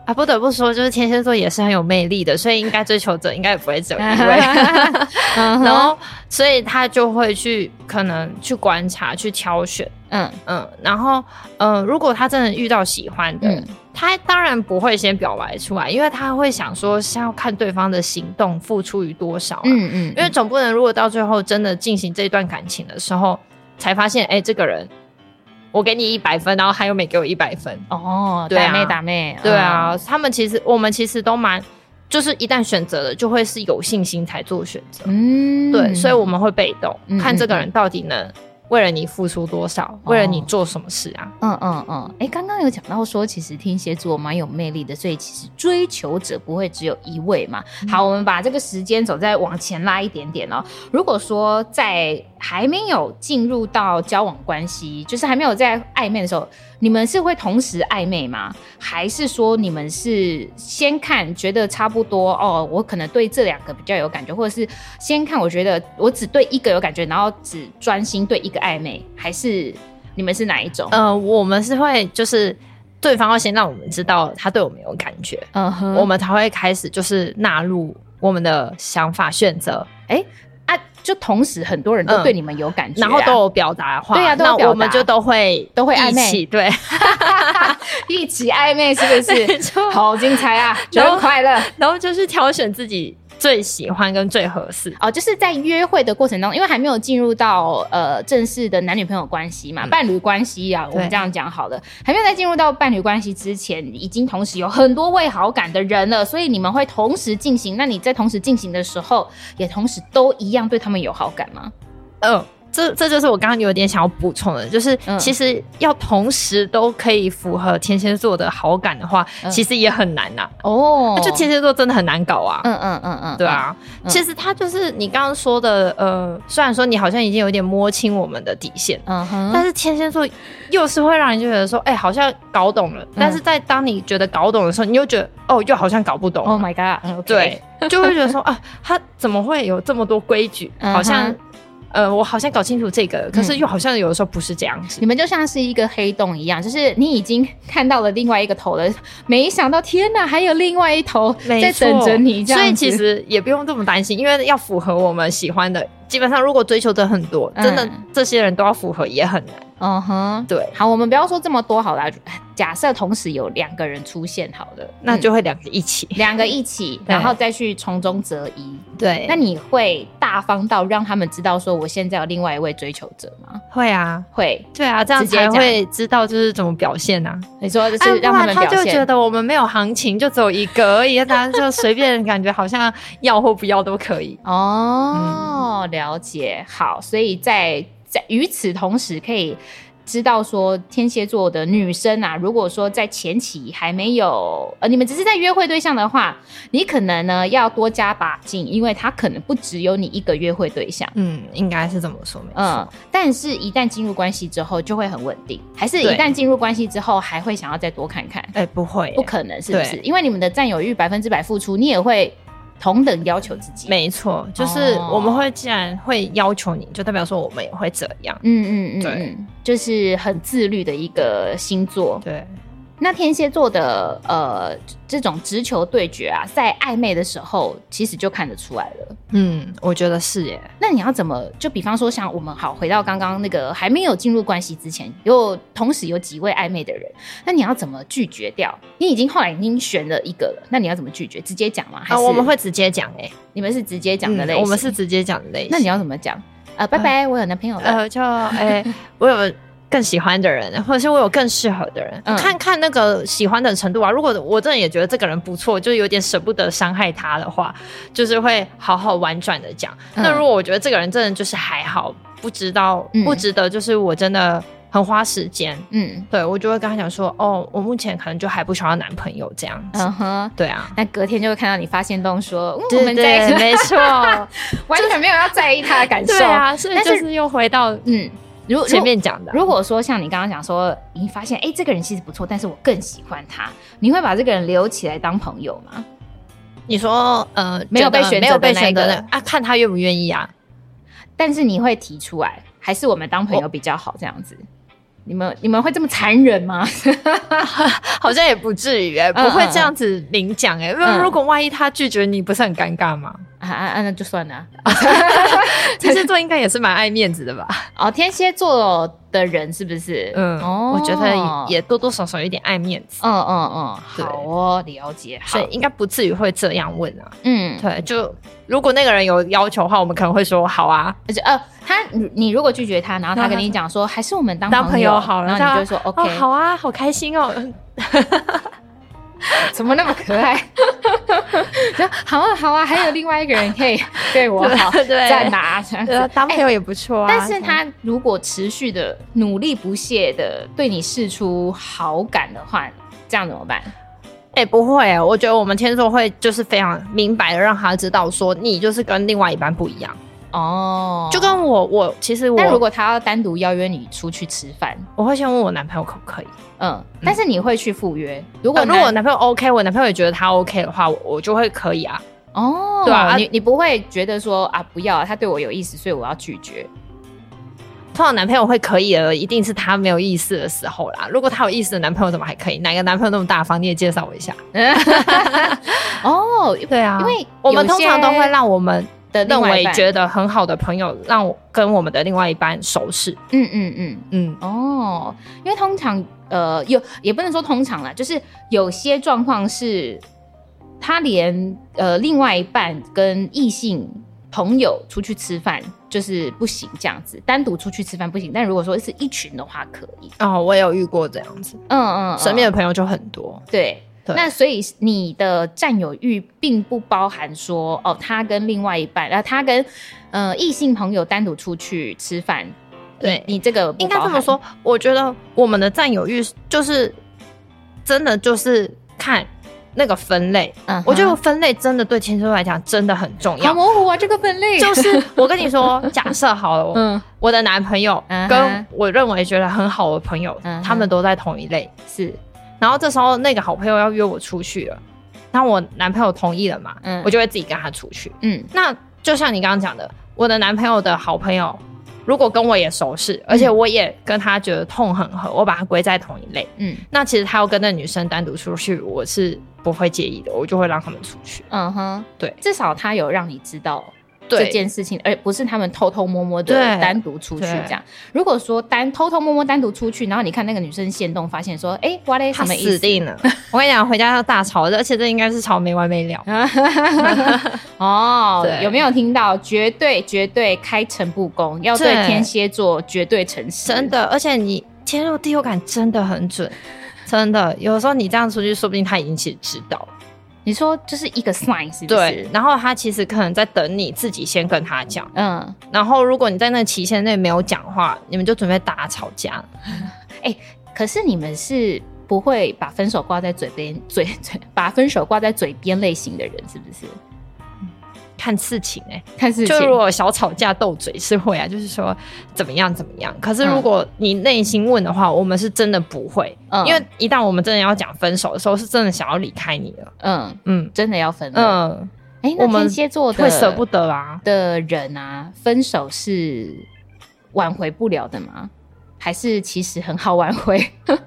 不得不说，就是天蝎座也是很有魅力的，所以应该追求者应该也不会只有一位。然后，所以他就会可能去观察、去挑选。然后如果他真的遇到喜欢的，他当然不会先表白出来，因为他会想说是要看对方的行动付出于多少因为总不能如果到最后真的进行这段感情的时候，才发现这个人我给你100分，然后他又没给我100分对啊， 打妹对啊，我们其实都蛮就是一旦选择了就会是有信心才做选择对，所以我们会被动看这个人到底能为了你付出多少，为了你做什么事啊刚刚有讲到说其实天蝎座蛮有魅力的，所以其实追求者不会只有一位嘛好，我们把这个时间走再往前拉一点点如果说在还没有进入到交往关系，就是还没有在暧昧的时候，你们是会同时暧昧吗？还是说你们是先看觉得差不多我可能对这2个比较有感觉，或者是先看我觉得我只对1个有感觉，然后只专心对1个暧昧，还是你们是哪一种？ 我们是会就是对方要先让我们知道他对我们有感觉我们才会开始就是纳入我们的想法选择就同时很多人都对你们有感觉然后都有表达的话， 对啊，那我们就都会暧昧一起对一起暧昧是不是好精彩啊，觉得很快乐然后就是挑选自己最喜欢跟最合适就是在约会的过程当中，因为还没有进入到正式的男女朋友关系嘛伴侣关系我们这样讲好了，还没有在进入到伴侣关系之前，已经同时有很多位好感的人了，所以你们会同时进行，那你在同时进行的时候也同时都一样对他们有好感吗？ 这就是我刚刚有点想要补充的，就是其实要同时都可以符合天蝎座的好感的话其实也很难就天蝎座真的很难搞对啊其实他就是你刚刚说的虽然说你好像已经有点摸清我们的底线但是天蝎座又是会让人觉得说好像搞懂了但是在当你觉得搞懂的时候，你又觉得又好像搞不懂 Oh my god 对就会觉得说他怎么会有这么多规矩好像我好像搞清楚这个可是又好像有的时候不是这样子你们就像是一个黑洞一样，就是你已经看到了另外一个头了，没想到天哪还有另外一头在等着你这样子， 所以其实也不用这么担心，因为要符合我们喜欢的基本上如果追求者很多真的这些人都要符合也很难对好我们不要说这么多好了，假设同时有2个人出现好了， 那就会2个一起然后再去从中择一对， 那你会大方到让他们知道说我现在有另外一位追求者吗？ 会啊会对啊，这样才会知道就是怎么表现你说就是让他们表现他就觉得我们没有行情就只有1个而已他就随便感觉好像要或不要都可以了解好，所以在与此同时可以知道说天蝎座的女生如果说在前期还没有你们只是在约会对象的话，你可能呢要多加把劲，因为他可能不只有你1个约会对象应该是这么说没错但是一旦进入关系之后就会很稳定，还是一旦进入关系之后还会想要再多看看不会不可能是不是？因为你们的占有欲100%付出，你也会同等要求自己没错，就是我们会既然会要求你就代表说我们也会这样对就是很自律的一个星座对那天蝎座的这种直球对决在暧昧的时候其实就看得出来了我觉得是耶。 那你要怎么就比方说像我们好回到刚刚那个还没有进入关系之前同时有几位暧昧的人，那你要怎么拒绝掉？你后来已经选了1个了，那你要怎么拒绝？直接讲吗？还是我们会直接讲你们是直接讲的类型我们是直接讲的类型。 那你要怎么讲拜拜我有男朋友了我有更喜欢的人，或者是我有更适合的人看那个喜欢的程度如果我真的也觉得这个人不错，就有点舍不得伤害他的话，就是会好好婉转的讲那如果我觉得这个人真的就是还好不值得就是我真的很花时间对我就会跟他讲说我目前可能就还不需要男朋友这样子对啊， 那隔天就会看到你发限动说我们在一起没错完全没有要在意他的感受对啊，所以就是又回到前面讲的如果说像你刚刚讲说你发现这个人其实不错，但是我更喜欢他，你会把这个人留起来当朋友吗？ 你说没有被选择的那个看他愿不愿意但是你会提出来还是我们当朋友比较好这样子你们会这么残忍吗？ 好像也不至于不会这样子明讲因为如果万一他拒绝你，不是很尴尬吗？ 那就算了。 天蝎座应该也是蛮爱面子的吧？ 天蝎座的人是不是？ 我觉得也多多少少有点爱面子。 好了解。 所以应该不至于会这样问啊。对，就如果那个人有要求的话，我们可能会说好啊。 而且你如果拒绝他，然后他跟你讲说还是我们当朋友好了， 然后你就会说 OK， 好啊，好开心哦。 怎么那么可爱？好啊，还有另外一个人可以对我好，再拿这样子， 当朋友也不错啊。 但是他如果持续的努力不懈的对你释出好感的话，这样怎么办？ 不会我觉得我们天蝎座会就是非常明白的让他知道说你就是跟另外一半不一样。就跟我其实但如果他要单独邀约你出去吃饭， 我会先问我男朋友可不可以。 但是你会去赴约？如果我男朋友 OK， 我男朋友也觉得他 OK 的话，我就会可以啊。 对啊，你不会觉得说不要他对我有意思，所以我要拒绝。 通常男朋友会可以的，一定是他没有意思的时候啦。如果他有意思的男朋友，怎么还可以？哪个男朋友那么大方？你也介绍我一下。对啊，因为我们通常都会让我们的认为觉得很好的朋友，让我跟我们的另外一半熟识。 因为通常也不能说通常啦，就是有些状况是他连另外一半跟异性朋友出去吃饭就是不行，这样子单独出去吃饭不行，但如果说是一群的话可以。 我也有遇过这样子。身边的朋友就很多。 对，那所以你的占有欲并不包含说他跟另外一半他跟异性朋友单独出去吃饭。对，你这个不包含。应该这么说， 我觉得我们的占有欲就是真的就是看那个分类。我觉得分类真的对天蝎座来讲真的很重要。 好模糊啊，这个分类。 就是我跟你说，假设好了，我的男朋友跟我认为觉得很好的朋友，他们都在同一类。 是， 然后这时候那个好朋友要约我出去了，然后我男朋友同意了嘛，我就会自己跟他出去。那就像你刚刚讲的，我的男朋友的好朋友如果跟我也熟识，而且我也跟他觉得痛很合，我把他归在同一类，那其实他要跟那女生单独出去，我是不会介意的，我就会让他们出去。对， 至少他有让你知道这件事情，而不是他们偷偷摸摸的单独出去这样。如果说偷偷摸摸单独出去，然后你看那个女生限动发现说哇嘞，什么意思？ 死定了。我跟你讲，回家要大吵，而且这应该是吵没完没了。 有没有听到？绝对开诚布公，要对天蝎座绝对诚实。 真的，而且你天蝎座第六感真的很准，真的。有时候你这样出去，说不定他已经其实知道了。 你说就是一个 sign 是不是？ 对，然后他其实可能在等你自己先跟他讲。然后如果你在那个期限内没有讲话，你们就准备大吵架。 可是你们是不会把分手挂在嘴边把分手挂在嘴边类型的人，是不是？ 看事情看事情。 就如果小吵架斗嘴是会啊，就是说怎么样怎么样。可是如果你内心问的话，我们是真的不会。因为一旦我们真的要讲分手的时候，是真的想要离开你了。 真的要分了。那天蝎座的会舍不得啊的人啊，分手是挽回不了的吗？还是其实很好挽回？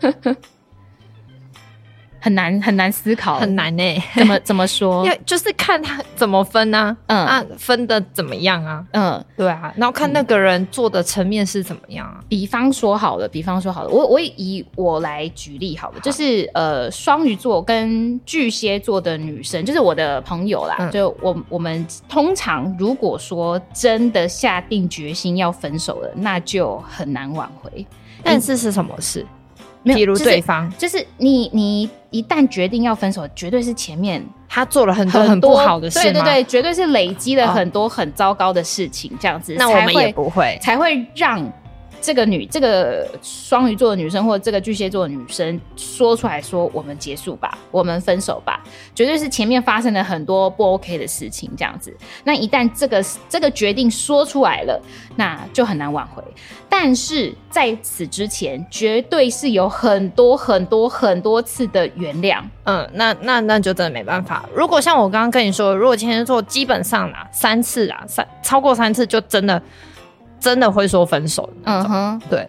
很难思考， 很难怎么说？ 就是看他怎么分啊，分的怎么样啊？对啊，然后看那个人做的层面是怎么样啊？ 比方说好了，我以我来举例好了，就是双鱼座跟巨蟹座的女生，就是我的朋友啦，就我们通常如果说真的下定决心要分手了，那就很难挽回。 但是什么事？譬如对方就是你一旦决定要分手，绝对是前面他做了很多很不好的事吗？ 对，绝对是累积了很多很糟糕的事情，这样子， 那我们也不会才会让这个双鱼座的女生或者这个巨蟹座的女生说出来说我们结束吧，我们分手吧，绝对是前面发生了很多不 OK 的事情这样子。那一旦这个决定说出来了，那就很难挽回。但是在此之前，绝对是有很多很多很多次的原谅。 那就真的没办法。如果像我刚刚跟你说，如果天蝎座基本上啦3次啦，超过3次就真的会说分手的那种。对，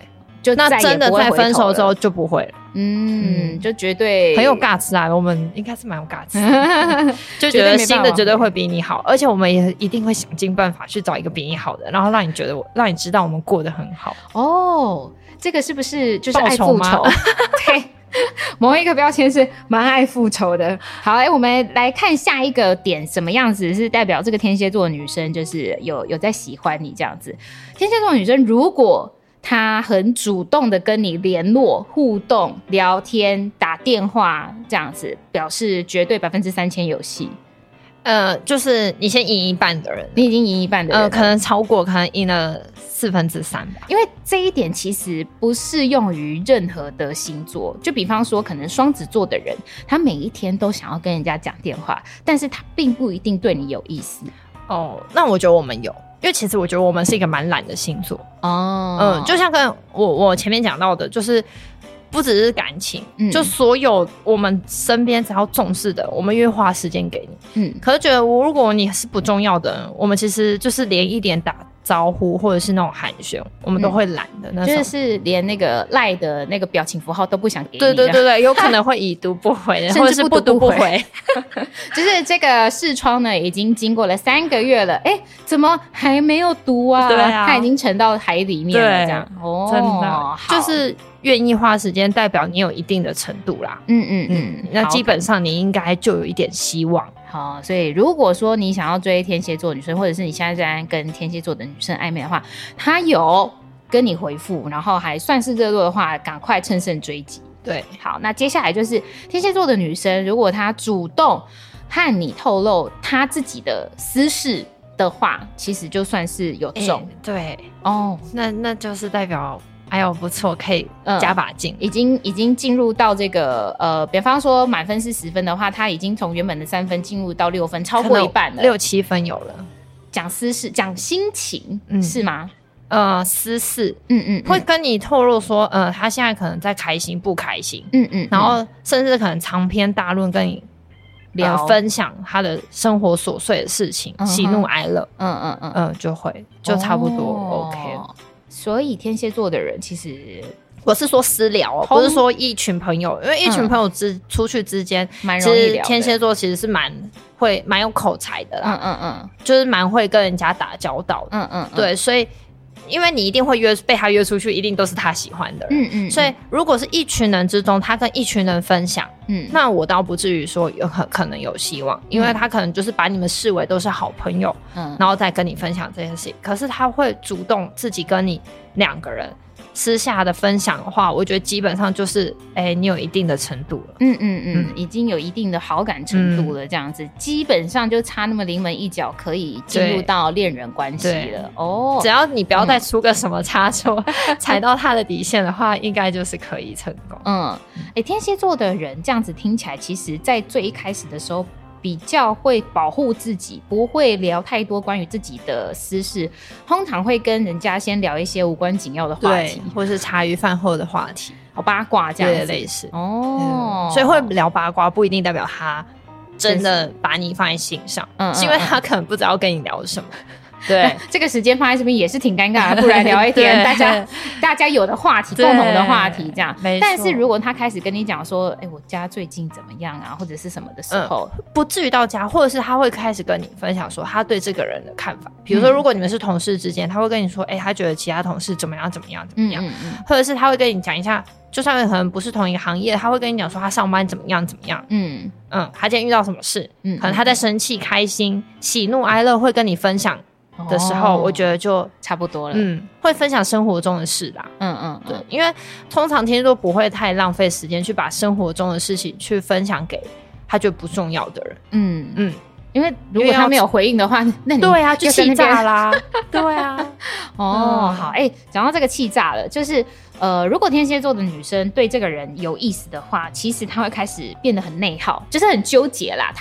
就那真的在分手之后就不会了。 就绝对很有 guts 啊，我们应该是蛮有 guts 就觉得新的绝对会比你好，而且我们也一定会想尽办法去找一个比你好的，然后让你知道我们过得很好。 这个是不是就是爱复仇？对，某一个标签是蛮爱复仇的。好，我们来看下一个点，什么样子是代表这个天蝎座的女生就是有在喜欢你这样子。天蝎座的女生如果他很主动的跟你联络、互动、聊天、打电话这样子，表示绝对3000%有戏。 就是你先赢一半的人， 你已经赢一半的人， 可能超过，可能赢了3/4吧。 因为这一点其实不适用于任何的星座，就比方说，可能双子座的人，他每一天都想要跟人家讲电话，但是他并不一定对你有意思。 那我觉得我们有。因为其实我觉得我们是一个蛮懒的星座就像跟我前面讲到的，就是不只是感情，就所有我们身边只要重视的，我们越花时间给你。可是觉得如果你是不重要的人，我们其实就是连一点打招呼或者是那种寒暄，我们都会懒的那种， 就是连那个赖的那个表情符号都不想给你。 对，有可能会已读不回或者是不读不回就是这个视窗呢已经经过了3个月了，怎么还没有读啊？ 对啊， 它已经沉到海里面了，这样真的就是愿意花时间，代表你有一定的程度啦。那基本上你应该就有一点希望。 好，所以如果说你想要追天蝎座女生，或者是你现在在跟天蝎座的女生暧昧的话，她有跟你回复，然后还算是热络的话，赶快乘胜追击。 对， 好，那接下来就是天蝎座的女生，如果她主动和你透露她自己的私事的话，其实就算是有中。 对那就是代表不错，可以加把劲。 已经进入到这个比方说满分是10分的话，他已经从原本的3分进入到6分，超过一半了 ，6-7分有了。 讲私事，讲心情，是吗？ 私事，会跟你透露说，他现在可能在开心不开心，然后甚至可能长篇大论跟你分享他的生活琐碎的事情，喜怒哀乐，就差不多 OK 了。 所以天蝎座的人其实， 我是说私聊不是说一群朋友，因为一群朋友出去之间， 蛮容易聊的。 天蝎座其实是蛮有口才的啦，就是蛮会跟人家打交道的，对，所以因为你一定会被他约出去，一定都是他喜欢的人，所以如果是一群人之中，他跟一群人分享，那我倒不至于说可能有希望，因为他可能就是把你们视为都是好朋友，然后再跟你分享这件事情。可是他会主动自己跟你2个人私下的分享的话，我觉得基本上就是你有一定的程度了， 已经有一定的好感程度了，这样子基本上就差那么临门一脚可以进入到恋人关系了。 只要你不要再出个什么差错踩到他的底线的话，应该就是可以成功。 天蝎座的人这样子听起来，其实在最一开始的时候比较会保护自己，不会聊太多关于自己的私事，通常会跟人家先聊一些无关紧要的话题， 或是茶余饭后的话题， 八卦这样子， 类似所以会聊八卦不一定代表他真的把你放在心上，是因为他可能不知道跟你聊什么。 对，这个时间放在这边也是挺尴尬的，不然聊一点大家有的话题，共同的话题这样。但是如果他开始跟你讲说，我家最近怎么样啊，或者是什么的时候， 不至于到家，或者是他会开始跟你分享说他对这个人的看法。比如说，如果你们是同事之间，他会跟你说，他觉得其他同事怎么样，或者是他会跟你讲一下。就算可能不是同一个行业，他会跟你讲说他上班怎么样，他今天遇到什么事，可能他在生气、开心、喜怒哀乐，会跟你分享的时候，我觉得就差不多了。 会分享生活中的事啦。对，因为通常天蝎座不会太浪费时间去把生活中的事情去分享给他觉得不重要的人。 因为如果他没有回应的话，那你对啊，就气炸啦。对啊。 好，讲到这个气炸了，就是如果天蝎座的女生对这个人有意思的话，其实她会开始变得很内耗，就是很纠结啦。她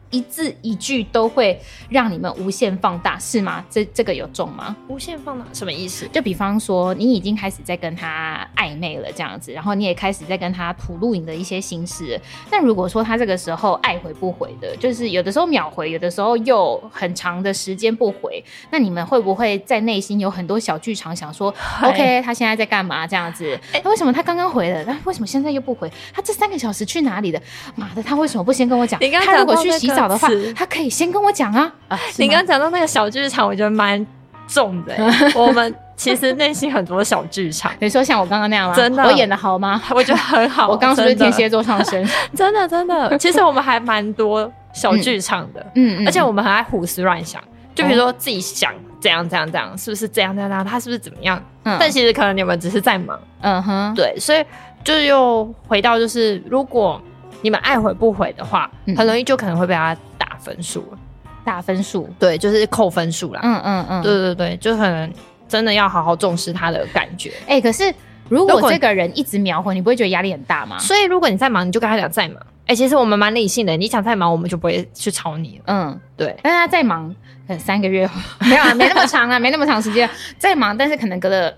一字一句都会让你们无限放大，是吗？这个有中吗？ 无限放大什么意思？ 就比方说你已经开始在跟他暧昧了这样子，然后你也开始在跟他吐露你的一些心事，但如果说他这个时候爱回不回的，就是有的时候秒回，有的时候又很长的时间不回，那你们会不会在内心有很多小剧场，想说 OK 他现在在干嘛这样子，为什么他刚刚回了，但为什么现在又不回，他这3个小时去哪里的，妈的他为什么不先跟我讲，他如果去洗澡的话他可以先跟我讲啊。 你刚刚讲到那个小剧场我觉得蛮重的我们其实内心很多小剧场。 你说像我刚刚那样吗？ 真的， 我演的好吗？ 我觉得很好。 我刚刚是不是天蝎座上升？ 真的其实我们还蛮多小剧场的而且我们很爱胡思乱想，就比如说自己想这样是不是这样他是不是怎么样但其实可能你们只是在忙对，所以就又回到就是如果你们爱回不回的话很容易就可能会被他打分数了。 打分数， 对，就是扣分数啦对，就可能真的要好好重视他的感觉。 可是如果这个人一直秒回，你不会觉得压力很大吗？ 所以如果你在忙，你就跟他讲在忙。其实我们蛮理性的，你讲在忙，我们就不会去吵你了。对。 但是他在忙，3个月没有没那么长啊，没那么长时间在忙，但是可能隔了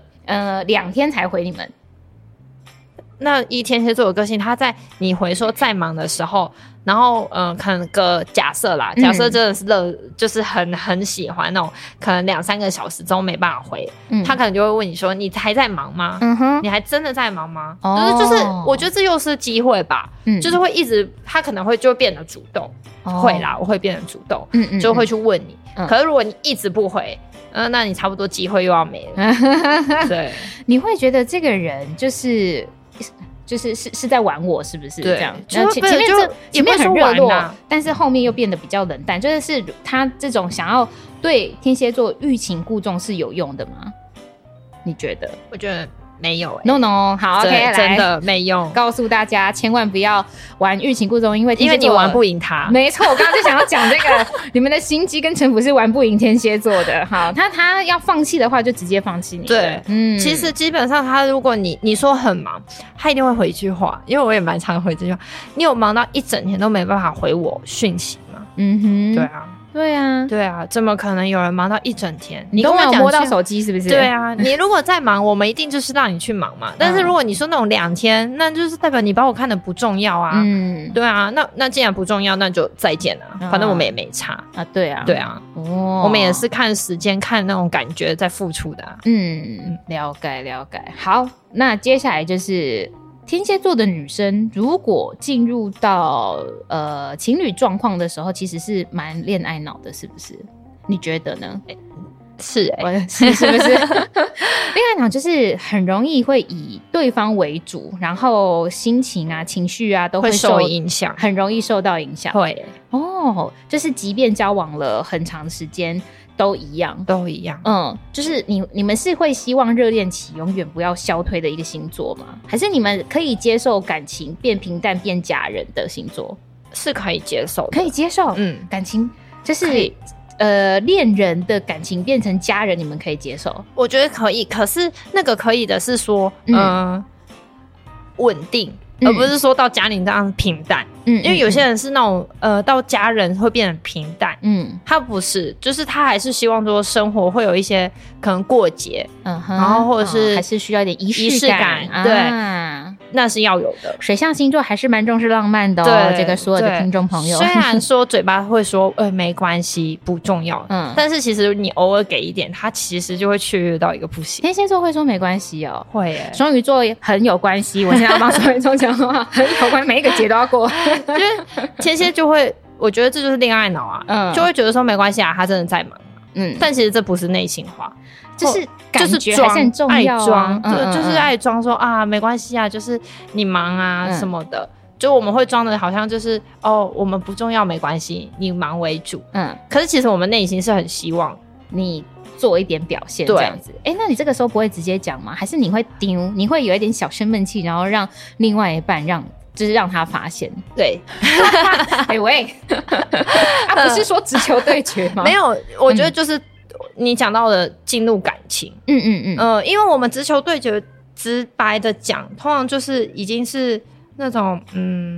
2天才回你们。 那以天蝎座的个性，他在你回说在忙的时候，然后可能个假设啦，假设真的是就是很喜欢那种，可能2-3个小时中没办法回，他可能就会问你说：“你还在忙吗？你还真的在忙吗？”就是我觉得这又是机会吧，就是会一直他可能会就变得主动，会啦，我会变得主动，就会去问你。可是如果你一直不回，那你差不多机会又要没了。对， 你会觉得这个人就是在玩我，是不是？ 对， 这样。 前面很热络，但是后面又变得比较冷淡，就是他这种想要对天蝎座欲擒故纵是有用的吗？你觉得？ 我觉得没有 No， 好 ，OK， 来， 真的没用。 告诉大家，千万不要玩欲擒故纵，因为你玩不赢他。 没错，我刚刚就想要讲这个，你们的心机跟城府是玩不赢天蝎座的。好，他要放弃的话，就直接放弃你。 对，其实基本上他如果你说很忙，他一定会回一句话，因为我也蛮常回这句话。你有忙到一整天都没办法回我讯息吗？对啊，怎么可能有人忙到一整天？ 你都没有摸到手机是不是？ 对啊，你如果在忙，我们一定就是让你去忙嘛。但是如果你说那种2天，那就是代表你把我看得不重要啊。对啊，那既然不重要，那就再见啊。反正我们也没差啊。对啊， 我们也是看时间、看那种感觉在付出的。 了解。好，那接下来就是天蝎座的女生如果进入到情侣状况的时候，其实是蛮恋爱脑的，是不是？你觉得呢？ 是是不是？恋爱脑就是很容易会以对方为主，然后心情啊、情绪啊都会受影响， 很容易受到影响。 会就是即便交往了很长时间。都一样，就是你们是会希望热恋期永远不要消退的一个星座吗？还是你们可以接受感情变平淡变假人的星座？ 是可以接受的， 可以接受。感情就是恋人的感情变成家人，你们可以接受？ 我觉得可以，可是那个可以的是说，稳定。而不是说到家庭这样平淡，因为有些人是那种到家人会变得平淡，他不是，就是他还是希望说生活会有一些可能过节，然后或者是还是需要一点仪式感， 对，那是要有的。 水象星座还是蛮重视浪漫的哦，这个所有的听众朋友， 虽然说嘴巴会说没关系不重要，但是其实你偶尔给一点，他其实就会雀跃到一个不行。 天蝎座会说没关系哦， 会耶。 双鱼座很有关系，我现在要帮双鱼座讲话，很有关，每一个节都要过。 就是天蝎就会，我觉得这就是恋爱脑啊，就会觉得说没关系啊，他真的在忙，但其实这不是内心话， 就是感觉还是很重要啊， 就是爱装说啊没关系啊，就是你忙啊什么的，就我们会装的好像就是我们不重要没关系，你忙为主，可是其实我们内心是很希望你做一点表现，这样子。那你这个时候不会直接讲吗？还是你会丢？你会有一点小生闷气，然后让另外一半就是让他发现？ 对， 喂，不是说直球对决吗？ 没有，我觉得就是你讲到的进入感情，因为我们直球对决，直白的讲，通常就是已经是那种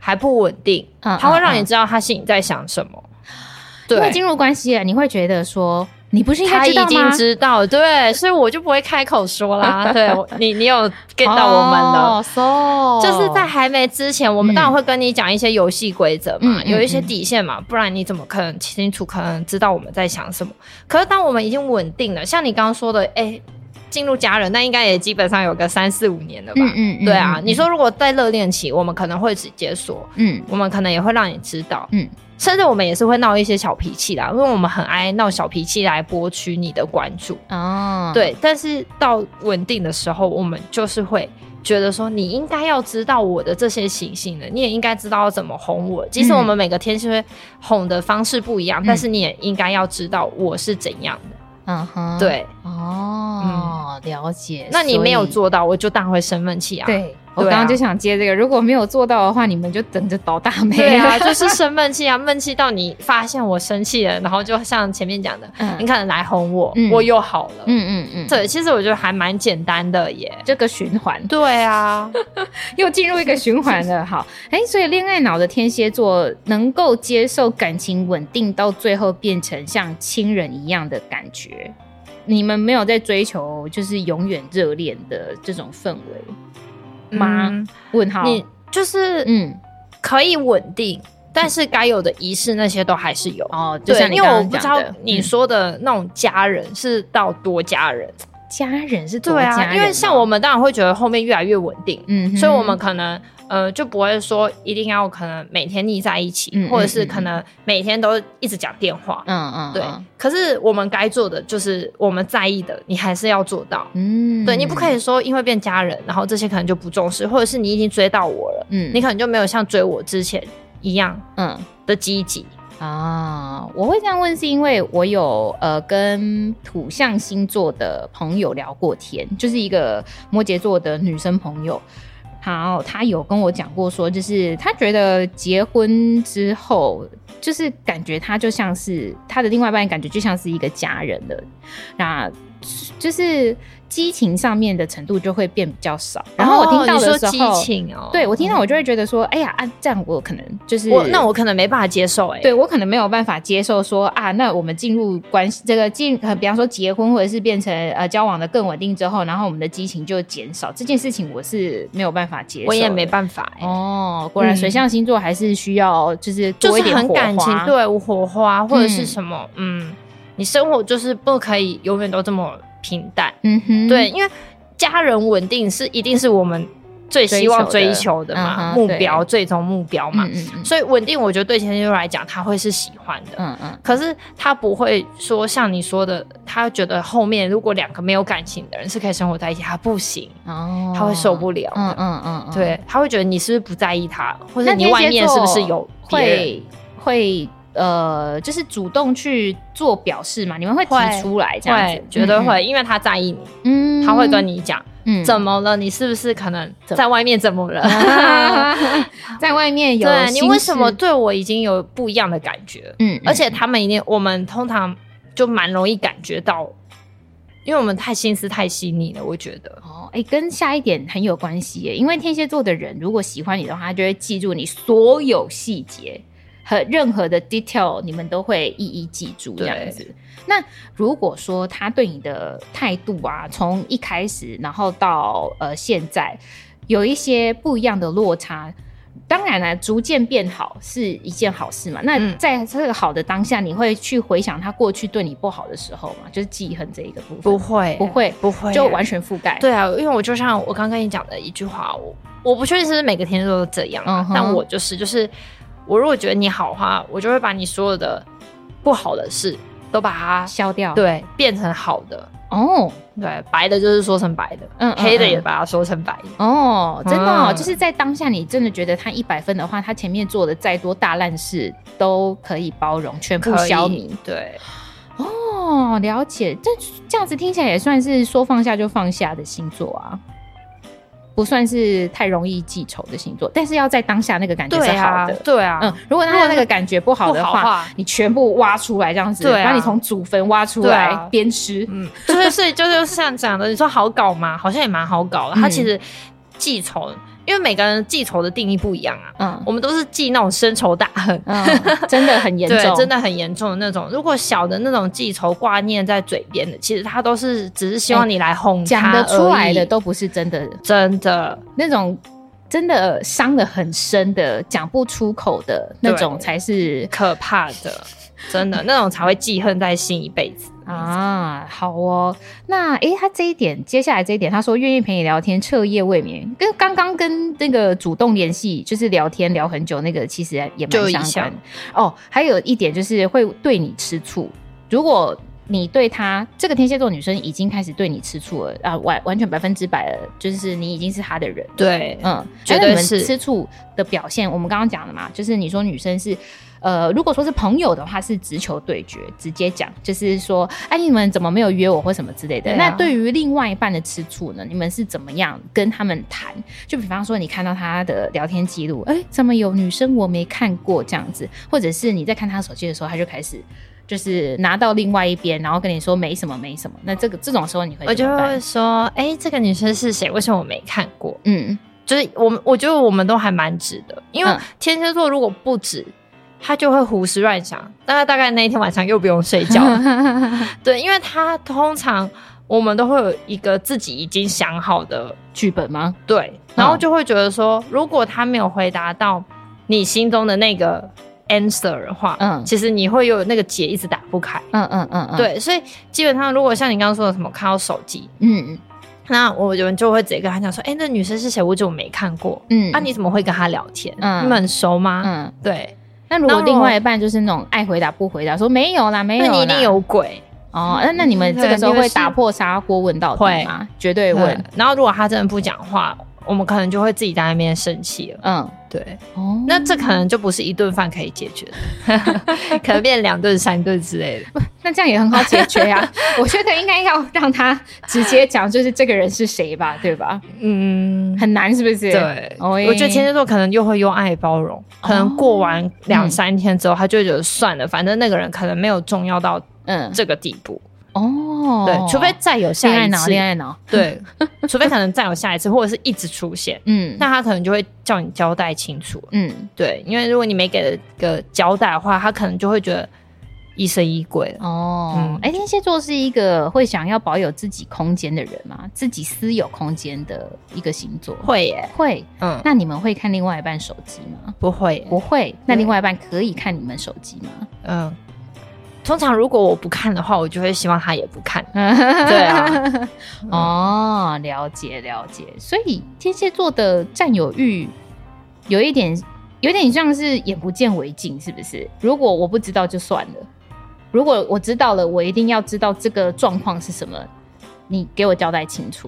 还不稳定，他会让你知道他心里在想什么。对， 因为进入关系了，你会觉得说你不是应该知道吗？ 他已经知道，对，所以我就不会开口说啦。对，你有 get 到我们了，就是在还没之前，我们当然会跟你讲一些游戏规则嘛，有一些底线嘛，不然你怎么可能清楚可能知道我们在想什么？可是当我们已经稳定了，像你刚刚说的，进入家人，那应该也基本上有个3、4、5年了吧？对啊，你说如果在热恋期，我们可能会直接说，我们可能也会让你知道，甚至我们也是会闹一些小脾气啦，因为我们很爱闹小脾气来博取你的关注。对，但是到稳定的时候，我们就是会觉得说，你应该要知道我的这些习性的，你也应该知道要怎么哄我。即使我们每个天蝎哄的方式不一样，但是你也应该要知道我是怎样的。对， 了解。 那你没有做到，我就当然会生闷气啊。 对，我刚刚就想接这个，如果没有做到的话，你们就等着倒大霉。 对啊，就是生闷气啊，闷气到你发现我生气了，然后就像前面讲的，你可能来哄我，我又好了。对，其实我觉得还蛮简单的耶， 这个循环。 对啊， 又进入一个循环了。好，所以恋爱脑的天蝎座能够接受感情稳定到最后变成像亲人一样的感觉。你们没有在追求就是永远热恋的这种氛围吗？问号， 你就是可以稳定，但是该有的仪式那些都还是有就像你刚刚讲的， 因为我不知道你说的那种家人是到多家人， 家人是多家人， 因为像我们当然会觉得后面越来越稳定，所以我们可能就不会说一定要可能每天腻在一起，或者是可能每天都一直讲电话，对。可是我们该做的就是我们在意的，你还是要做到，对，你不可以说因为变家人，然后这些可能就不重视，或者是你已经追到我了，你可能就没有像追我之前一样，的积极。 我会这样问是因为我有跟土象星座的朋友聊过天，就是一个摩羯座的女生朋友。好，他有跟我讲过说，就是他觉得结婚之后，就是感觉他就像是他的另外一半，感觉就像是一个家人了。那就是激情上面的程度就会变比较少。然后我听到的时候， 你说激情对，我听到我就会觉得说，哎呀这样我可能就是那我可能没办法接受对，我可能没有办法接受说那我们进入关系这个比方说结婚或者是变成交往的更稳定之后，然后我们的激情就减少，这件事情我是没有办法接受的。 我也没办法果然水象星座还是需要就是多一点火花， 就是很感情，对，火花或者是什么你生活就是不可以永远都这么平淡，对，因为家人稳定是一定是我们最希望追求的嘛，目标，最终目标嘛，所以稳定我觉得对天蝎座来讲他会是喜欢的，可是他不会说像你说的，他觉得后面如果两个没有感情的人是可以生活在一起，他不行，他会受不了的，对，他会觉得你是不是不在意他，或者你外面是不是有别人会就是主动去做表示嘛？你们会提出来这样子？ 绝对会，因为他在意你，他会跟你讲，怎么了？你是不是可能在外面怎么了？ 在外面有对你为什么对我已经有不一样的感觉？而且他们我们通常就蛮容易感觉到，因为我们心思太细腻了，我觉得跟下一点很有关系耶。因为天蝎座的人如果喜欢你的话，他就会记住你所有细节。和任何的 detail 你们都会一一记住这样子。那如果说他对你的态度从一开始然后到现在有一些不一样的落差，当然了，逐渐变好是一件好事嘛。那在这个好的当下，你会去回想他过去对你不好的时候吗？就是记恨这一个部分？不会，就完全覆盖。 对啊，因为我就像我刚跟你讲的一句话，我不确定是不是每个天蝎座都这样，但我就是我如果觉得你好的话，我就会把你所有的不好的事都把它消掉， 对，变成好的。对，白的就是说成白的，黑的也把它说成白的。 真的就是在当下你真的觉得他100分的话，他前面做的再多大烂事都可以包容，全部消弭。 对， 了解。这样子听起来也算是说放下就放下的星座啊。不算是太容易记仇的星座，但是要在当下那个感觉是好的。 对啊， 如果他的那个感觉不好的话，你全部挖出来这样子，把你从祖坟挖出来鞭尸。 就是像讲的，你说好搞吗？好像也蛮好搞的。他其实记仇，因为每个人记仇的定义不一样啊。我们都是记那种深仇大恨， 真的很严重， 对，真的很严重的那种。如果小的那种记仇挂念在嘴边的，其实他都是只是希望你来哄他讲得出来的，都不是真的， 真的那种真的伤得很深的，讲不出口的那种才是可怕的。真的那种才会记恨在心一辈子啊！好哦，那他这一点，接下来这一点，他说愿意陪你聊天，彻夜未眠，跟刚刚跟那个主动联系，就是聊天聊很久那个，其实也蛮相关哦。还有一点就是会对你吃醋，如果你对他这个天蝎座女生已经开始对你吃醋了啊，完全100%了，就是你已经是他的人。 对， 绝对是。你们吃醋的表现，我们刚刚讲的嘛，就是你说女生是。如果说是朋友的话，是直球对决，直接讲，就是说，你们怎么没有约我或什么之类的。那对于另外一半的吃醋呢，你们是怎么样跟他们谈？就比方说，你看到他的聊天记录，怎么有女生我没看过这样子，或者是你在看他手机的时候，他就开始就是拿到另外一边，然后跟你说没什么没什么。那这种时候你会怎么办？ 我就会说，这个女生是谁？为什么我没看过？就是我觉得我们都还蛮直的，因为天蝎座如果不直。他就会胡思乱想，大概那一天晚上又不用睡觉了对，因为他通常我们都会有一个自己已经想好的剧本吗？ 对，然后就会觉得说，如果他没有回答到你心中的那个 answer 的话，其实你会有那个结一直打不开。对，所以基本上如果像你刚刚说的什么看到手机，那我们就会直接跟他讲说，那女生是谁？我就没看过。你怎么会跟她聊天？你们很熟吗？对。 那如果另外一半就是那种爱回答不回答，说没有啦，没有啦， 那你一定有鬼哦。那你们这个时候会打破砂锅问到底吗？绝对问。 然后如果他真的不讲话，我们可能就会自己在那边生气了。对。那这可能就不是一顿饭可以解决的，可能变2顿3顿之类的。 那这样也很好解决呀。我觉得应该要让他直接讲，就是这个人是谁吧，对吧？很难是不是？ 对。我觉得天蝎座可能又会用爱包容，可能过完2-3天之后，他就会觉得算了，反正那个人可能没有重要到这个地步。对，除非再有下一次恋爱脑， 对，除非可能再有下一次，或者是一直出现，那他可能就会叫你交代清楚，对，因为如果你没给个交代的话，他可能就会觉得疑神疑鬼了。 天蝎座是一个会想要保有自己空间的人吗？自己私有空间的一个星座？ 会耶， 会。那你们会看另外一半手机吗？ 不会， 不会。那另外一半可以看你们手机吗？ 通常如果我不看的话，我就会希望他也不看。对啊。了解了解。所以天蝎座的占有欲有点像是眼不见为净，是不是？如果我不知道就算了，如果我知道了，我一定要知道这个状况是什么，你给我交代清楚。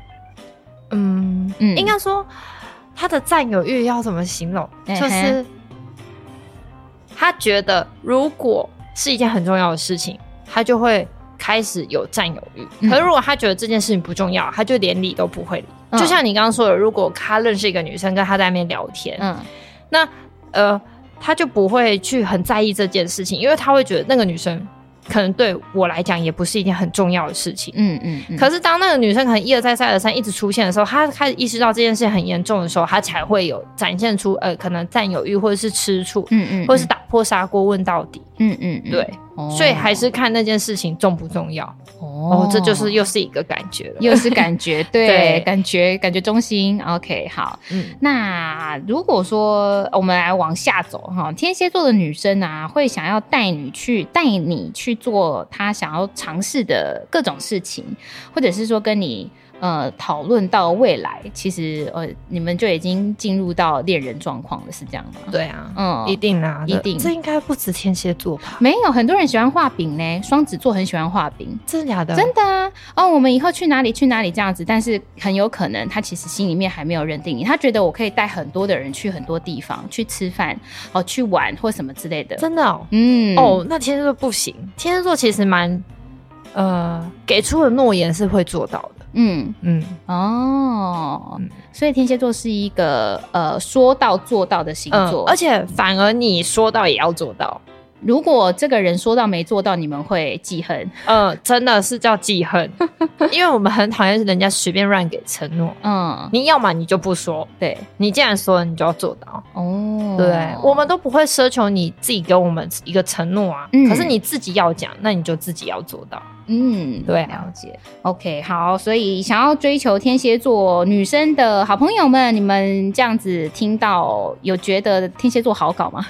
应该说他的占有欲要怎么形容？就是他觉得如果是一件很重要的事情，他就会开始有占有欲。可是如果他觉得这件事情不重要，他就连理都不会理。就像你刚刚说的，如果他认识一个女生，跟他在那边聊天，那他就不会去很在意这件事情，因为他会觉得那个女生可能对我来讲也不是一件很重要的事情。可是当那个女生可能一而再再而三一直出现的时候，他开始意识到这件事很严重的时候，他才会有展现出可能占有欲或者是吃醋，或者是打破砂锅问到底。对。所以还是看那件事情重不重要。这就是又是一个感觉了， 又是感觉。对，感觉中心。 OK， 好。那如果说我们来往下走哈，天蝎座的女生啊，会想要带你去做她想要尝试的各种事情，或者是说跟你讨论到未来，其实你们就已经进入到恋人状况了，是这样吗？ 对啊，一定啊， 一定。 这应该不止天蝎座吧？ 没有，很多人喜欢画饼呢，双子座很喜欢画饼。 真的假的？ 真的啊。我们以后去哪里这样子，但是很有可能他其实心里面还没有认定你，他觉得我可以带很多的人去很多地方去吃饭去玩或什么之类的。 真的那天蝎座不行，天蝎座其实蛮给出的诺言是会做到的。 所以天蝎座是一个说到做到的星座， 而且反而你说到也要做到。 如果这个人说到没做到，你们会记恨？ 真的是叫记恨，因为我们很讨厌人家随便乱给承诺。你要嘛你就不说，对，你既然说了，你就要做到。对，我们都不会奢求你自己给我们一个承诺啊。可是你自己要讲，那你就自己要做到。对， 了解。OK， 好，所以想要追求天蝎座女生的好朋友们，你们这样子听到有觉得天蝎座好搞吗？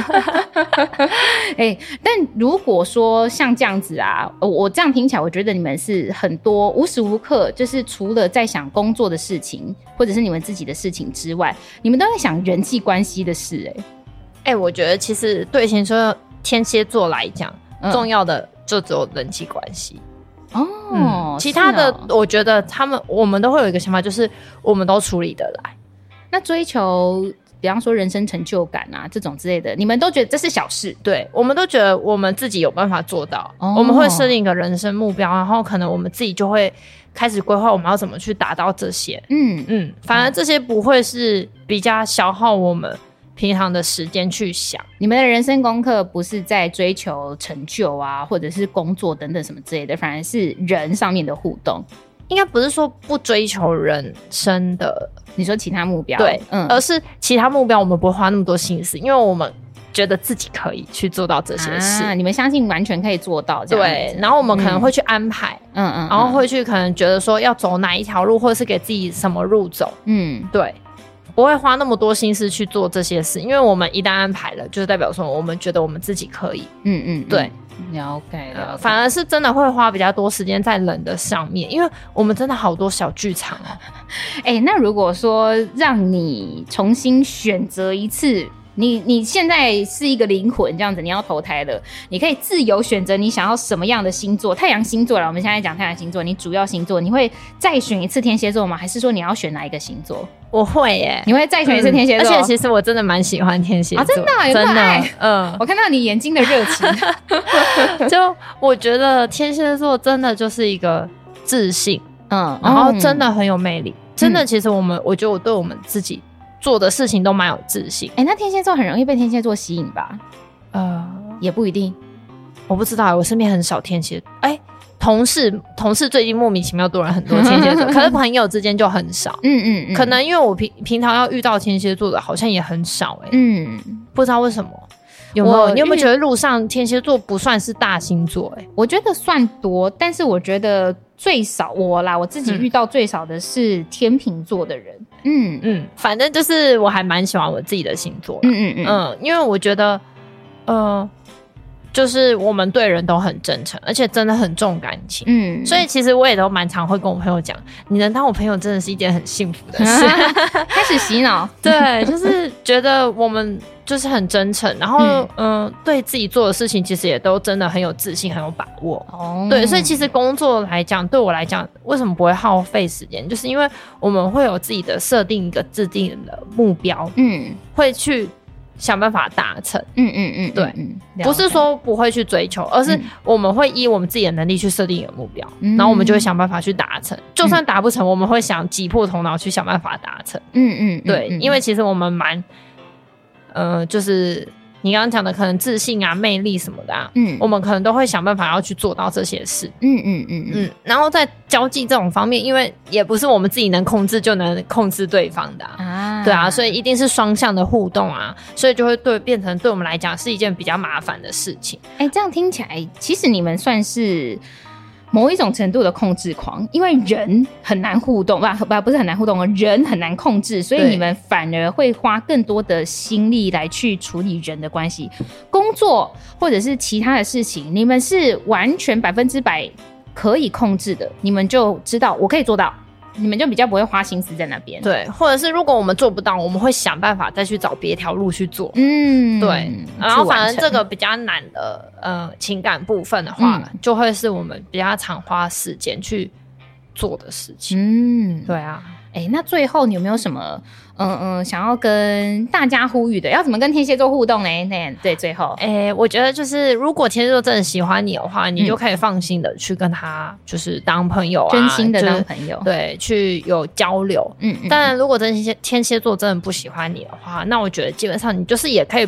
但如果说像这样子啊，我这样听起来，我觉得你们是很多无时无刻就是除了在想工作的事情，或者是你们自己的事情之外，你们都在想人际关系的事。 我觉得其实对天蝎座来讲，重要的就只有人际关系。其他的我觉得我们都会有一个想法，就是我们都处理得来。 那追求比方说人生成就感啊这种之类的，你们都觉得这是小事？ 对，我们都觉得我们自己有办法做到。我们会设定一个人生目标，然后可能我们自己就会开始规划我们要怎么去达到这些。反而这些不会是比较消耗我们平常的时间去想。 你们的人生功课不是在追求成就啊，或者是工作等等什么之类的，反而是人上面的互动。 应该不是说不追求人生的， 你说其他目标， 对，而是其他目标我们不会花那么多心思，因为我们觉得自己可以去做到这些事。 你们相信完全可以做到这样子。 对，然后我们可能会去安排，然后会去可能觉得说要走哪一条路，或者是给自己什么路走。对，不会花那么多心思去做这些事，因为我们一旦安排了，就是代表说我们觉得我们自己可以。对， 了解。 反而是真的会花比较多时间在人的上面，因为我们真的好多小剧场那如果说让你重新选择一次，你现在是一个灵魂这样子，你要投胎了，你可以自由选择你想要什么样的星座，太阳星座啦，我们现在讲太阳星座，你主要星座你会再选一次天蝎座吗？还是说你要选哪一个星座？ 我会耶， 你会再选一次天蝎座？ 而且其实我真的蛮喜欢天蝎座真的有真的我看到你眼睛的热情。 就我觉得天蝎座真的就是一个自信，然后真的很有魅力，真的。其实我觉得我对我们自己做的事情都蛮有自信。 那天蝎座很容易被天蝎座吸引吧？也不一定， 我不知道，我身边很少天蝎。同事最近莫名其妙多人很多天蝎座，可是朋友之间就很少。可能因为我平常要遇到天蝎座的好像也很少。不知道为什么。你有没有觉得路上天蝎座不算是大星座？ 我觉得算多，但是我觉得最少我自己遇到最少的是天秤座的人。 反正就是我还蛮喜欢我自己的星座。因为我觉得就是我们对人都很真诚，而且真的很重感情。所以其实我也都蛮常会跟我朋友讲，你能当我朋友真的是一件很幸福的事。 开始洗脑。 对，就是觉得我们就是很真诚，然后对自己做的事情其实也都真的很有自信，很有把握。对，所以其实工作来讲，对我来讲为什么不会耗费时间，就是因为我们会有自己的设定一个制定的目标，会去想办法达成。对，不是说不会去追求，而是我们会依我们自己的能力去设定一个目标，然后我们就会想办法去达成。就算达不成，我们会想挤破头脑去想办法达成。对，因为其实我们蛮就是你刚刚讲的可能自信啊、魅力什么的我们可能都会想办法要去做到这些事。然后在交际这种方面，因为也不是我们自己能控制就能控制对方的对啊，所以一定是双向的互动所以就会变成对我们来讲是一件比较麻烦的事情。 这样听起来其实你们算是某一种程度的控制狂，因为人很难互动，不是很难互动，人很难控制，所以你们反而会花更多的心力来去处理人的关系。工作或者是其他的事情，你们是完全100%可以控制的，你们就知道我可以做到，你们就比较不会花心思在那边。 对，或者是如果我们做不到，我们会想办法再去找别条路去做。对，然后反正这个比较难的情感部分的话，就会是我们比较常花时间去做的事情。对啊。 那最后你有没有什么想要跟大家呼吁的？要怎么跟天蝎座互动呢？对，最后我觉得就是如果天蝎座真的喜欢你的话，你就可以放心的去跟他就是当朋友真心的当朋友， 对，去有交流。当然如果天蝎座真的不喜欢你的话，那我觉得基本上你就是也可以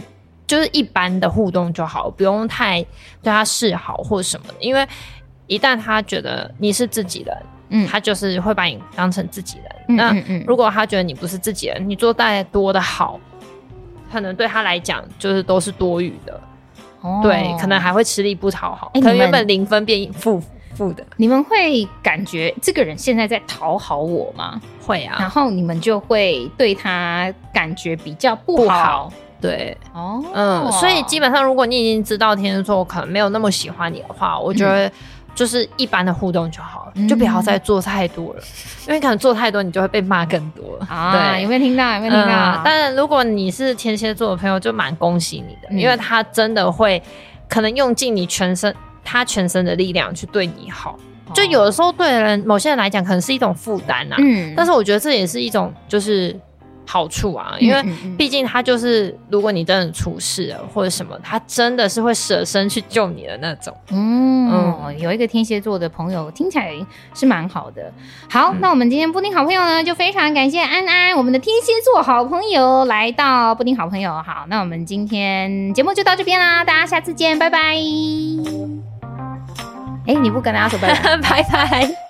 就是一般的互动就好，不用太对他示好或什么的，因为一旦他觉得你是自己人，他就是会把你当成自己人。那如果他觉得你不是自己人，你做再多的好，可能对他来讲就是都是多余的。对，可能还会吃力不讨好，可能原本0分变负的。 你们会感觉这个人现在在讨好我吗？ 会啊， 然后你们就会对他感觉比较不好。 对，所以基本上如果你已经知道天蝎座可能没有那么喜欢你的话，我觉得就是一般的互动就好了，就不要再做太多了，因为可能做太多你就会被骂更多对，有没有听到？ 但如果你是天蝎座的朋友，就蛮恭喜你的，因为他真的会可能用尽你全身的力量去对你好。就有的时候对某些人来讲可能是一种负担啊，但是我觉得这也是一种就是好处啊，因为毕竟他就是如果你真的出事了或者什么，他真的是会舍身去救你的那种。 有一个天蝎座的朋友听起来是蛮好的。好，那我们今天布丁好朋友呢就非常感谢安安，我们的天蝎座好朋友来到布丁好朋友。好，那我们今天节目就到这边啦，大家下次见，拜拜。你不跟大家说拜拜？ 拜拜。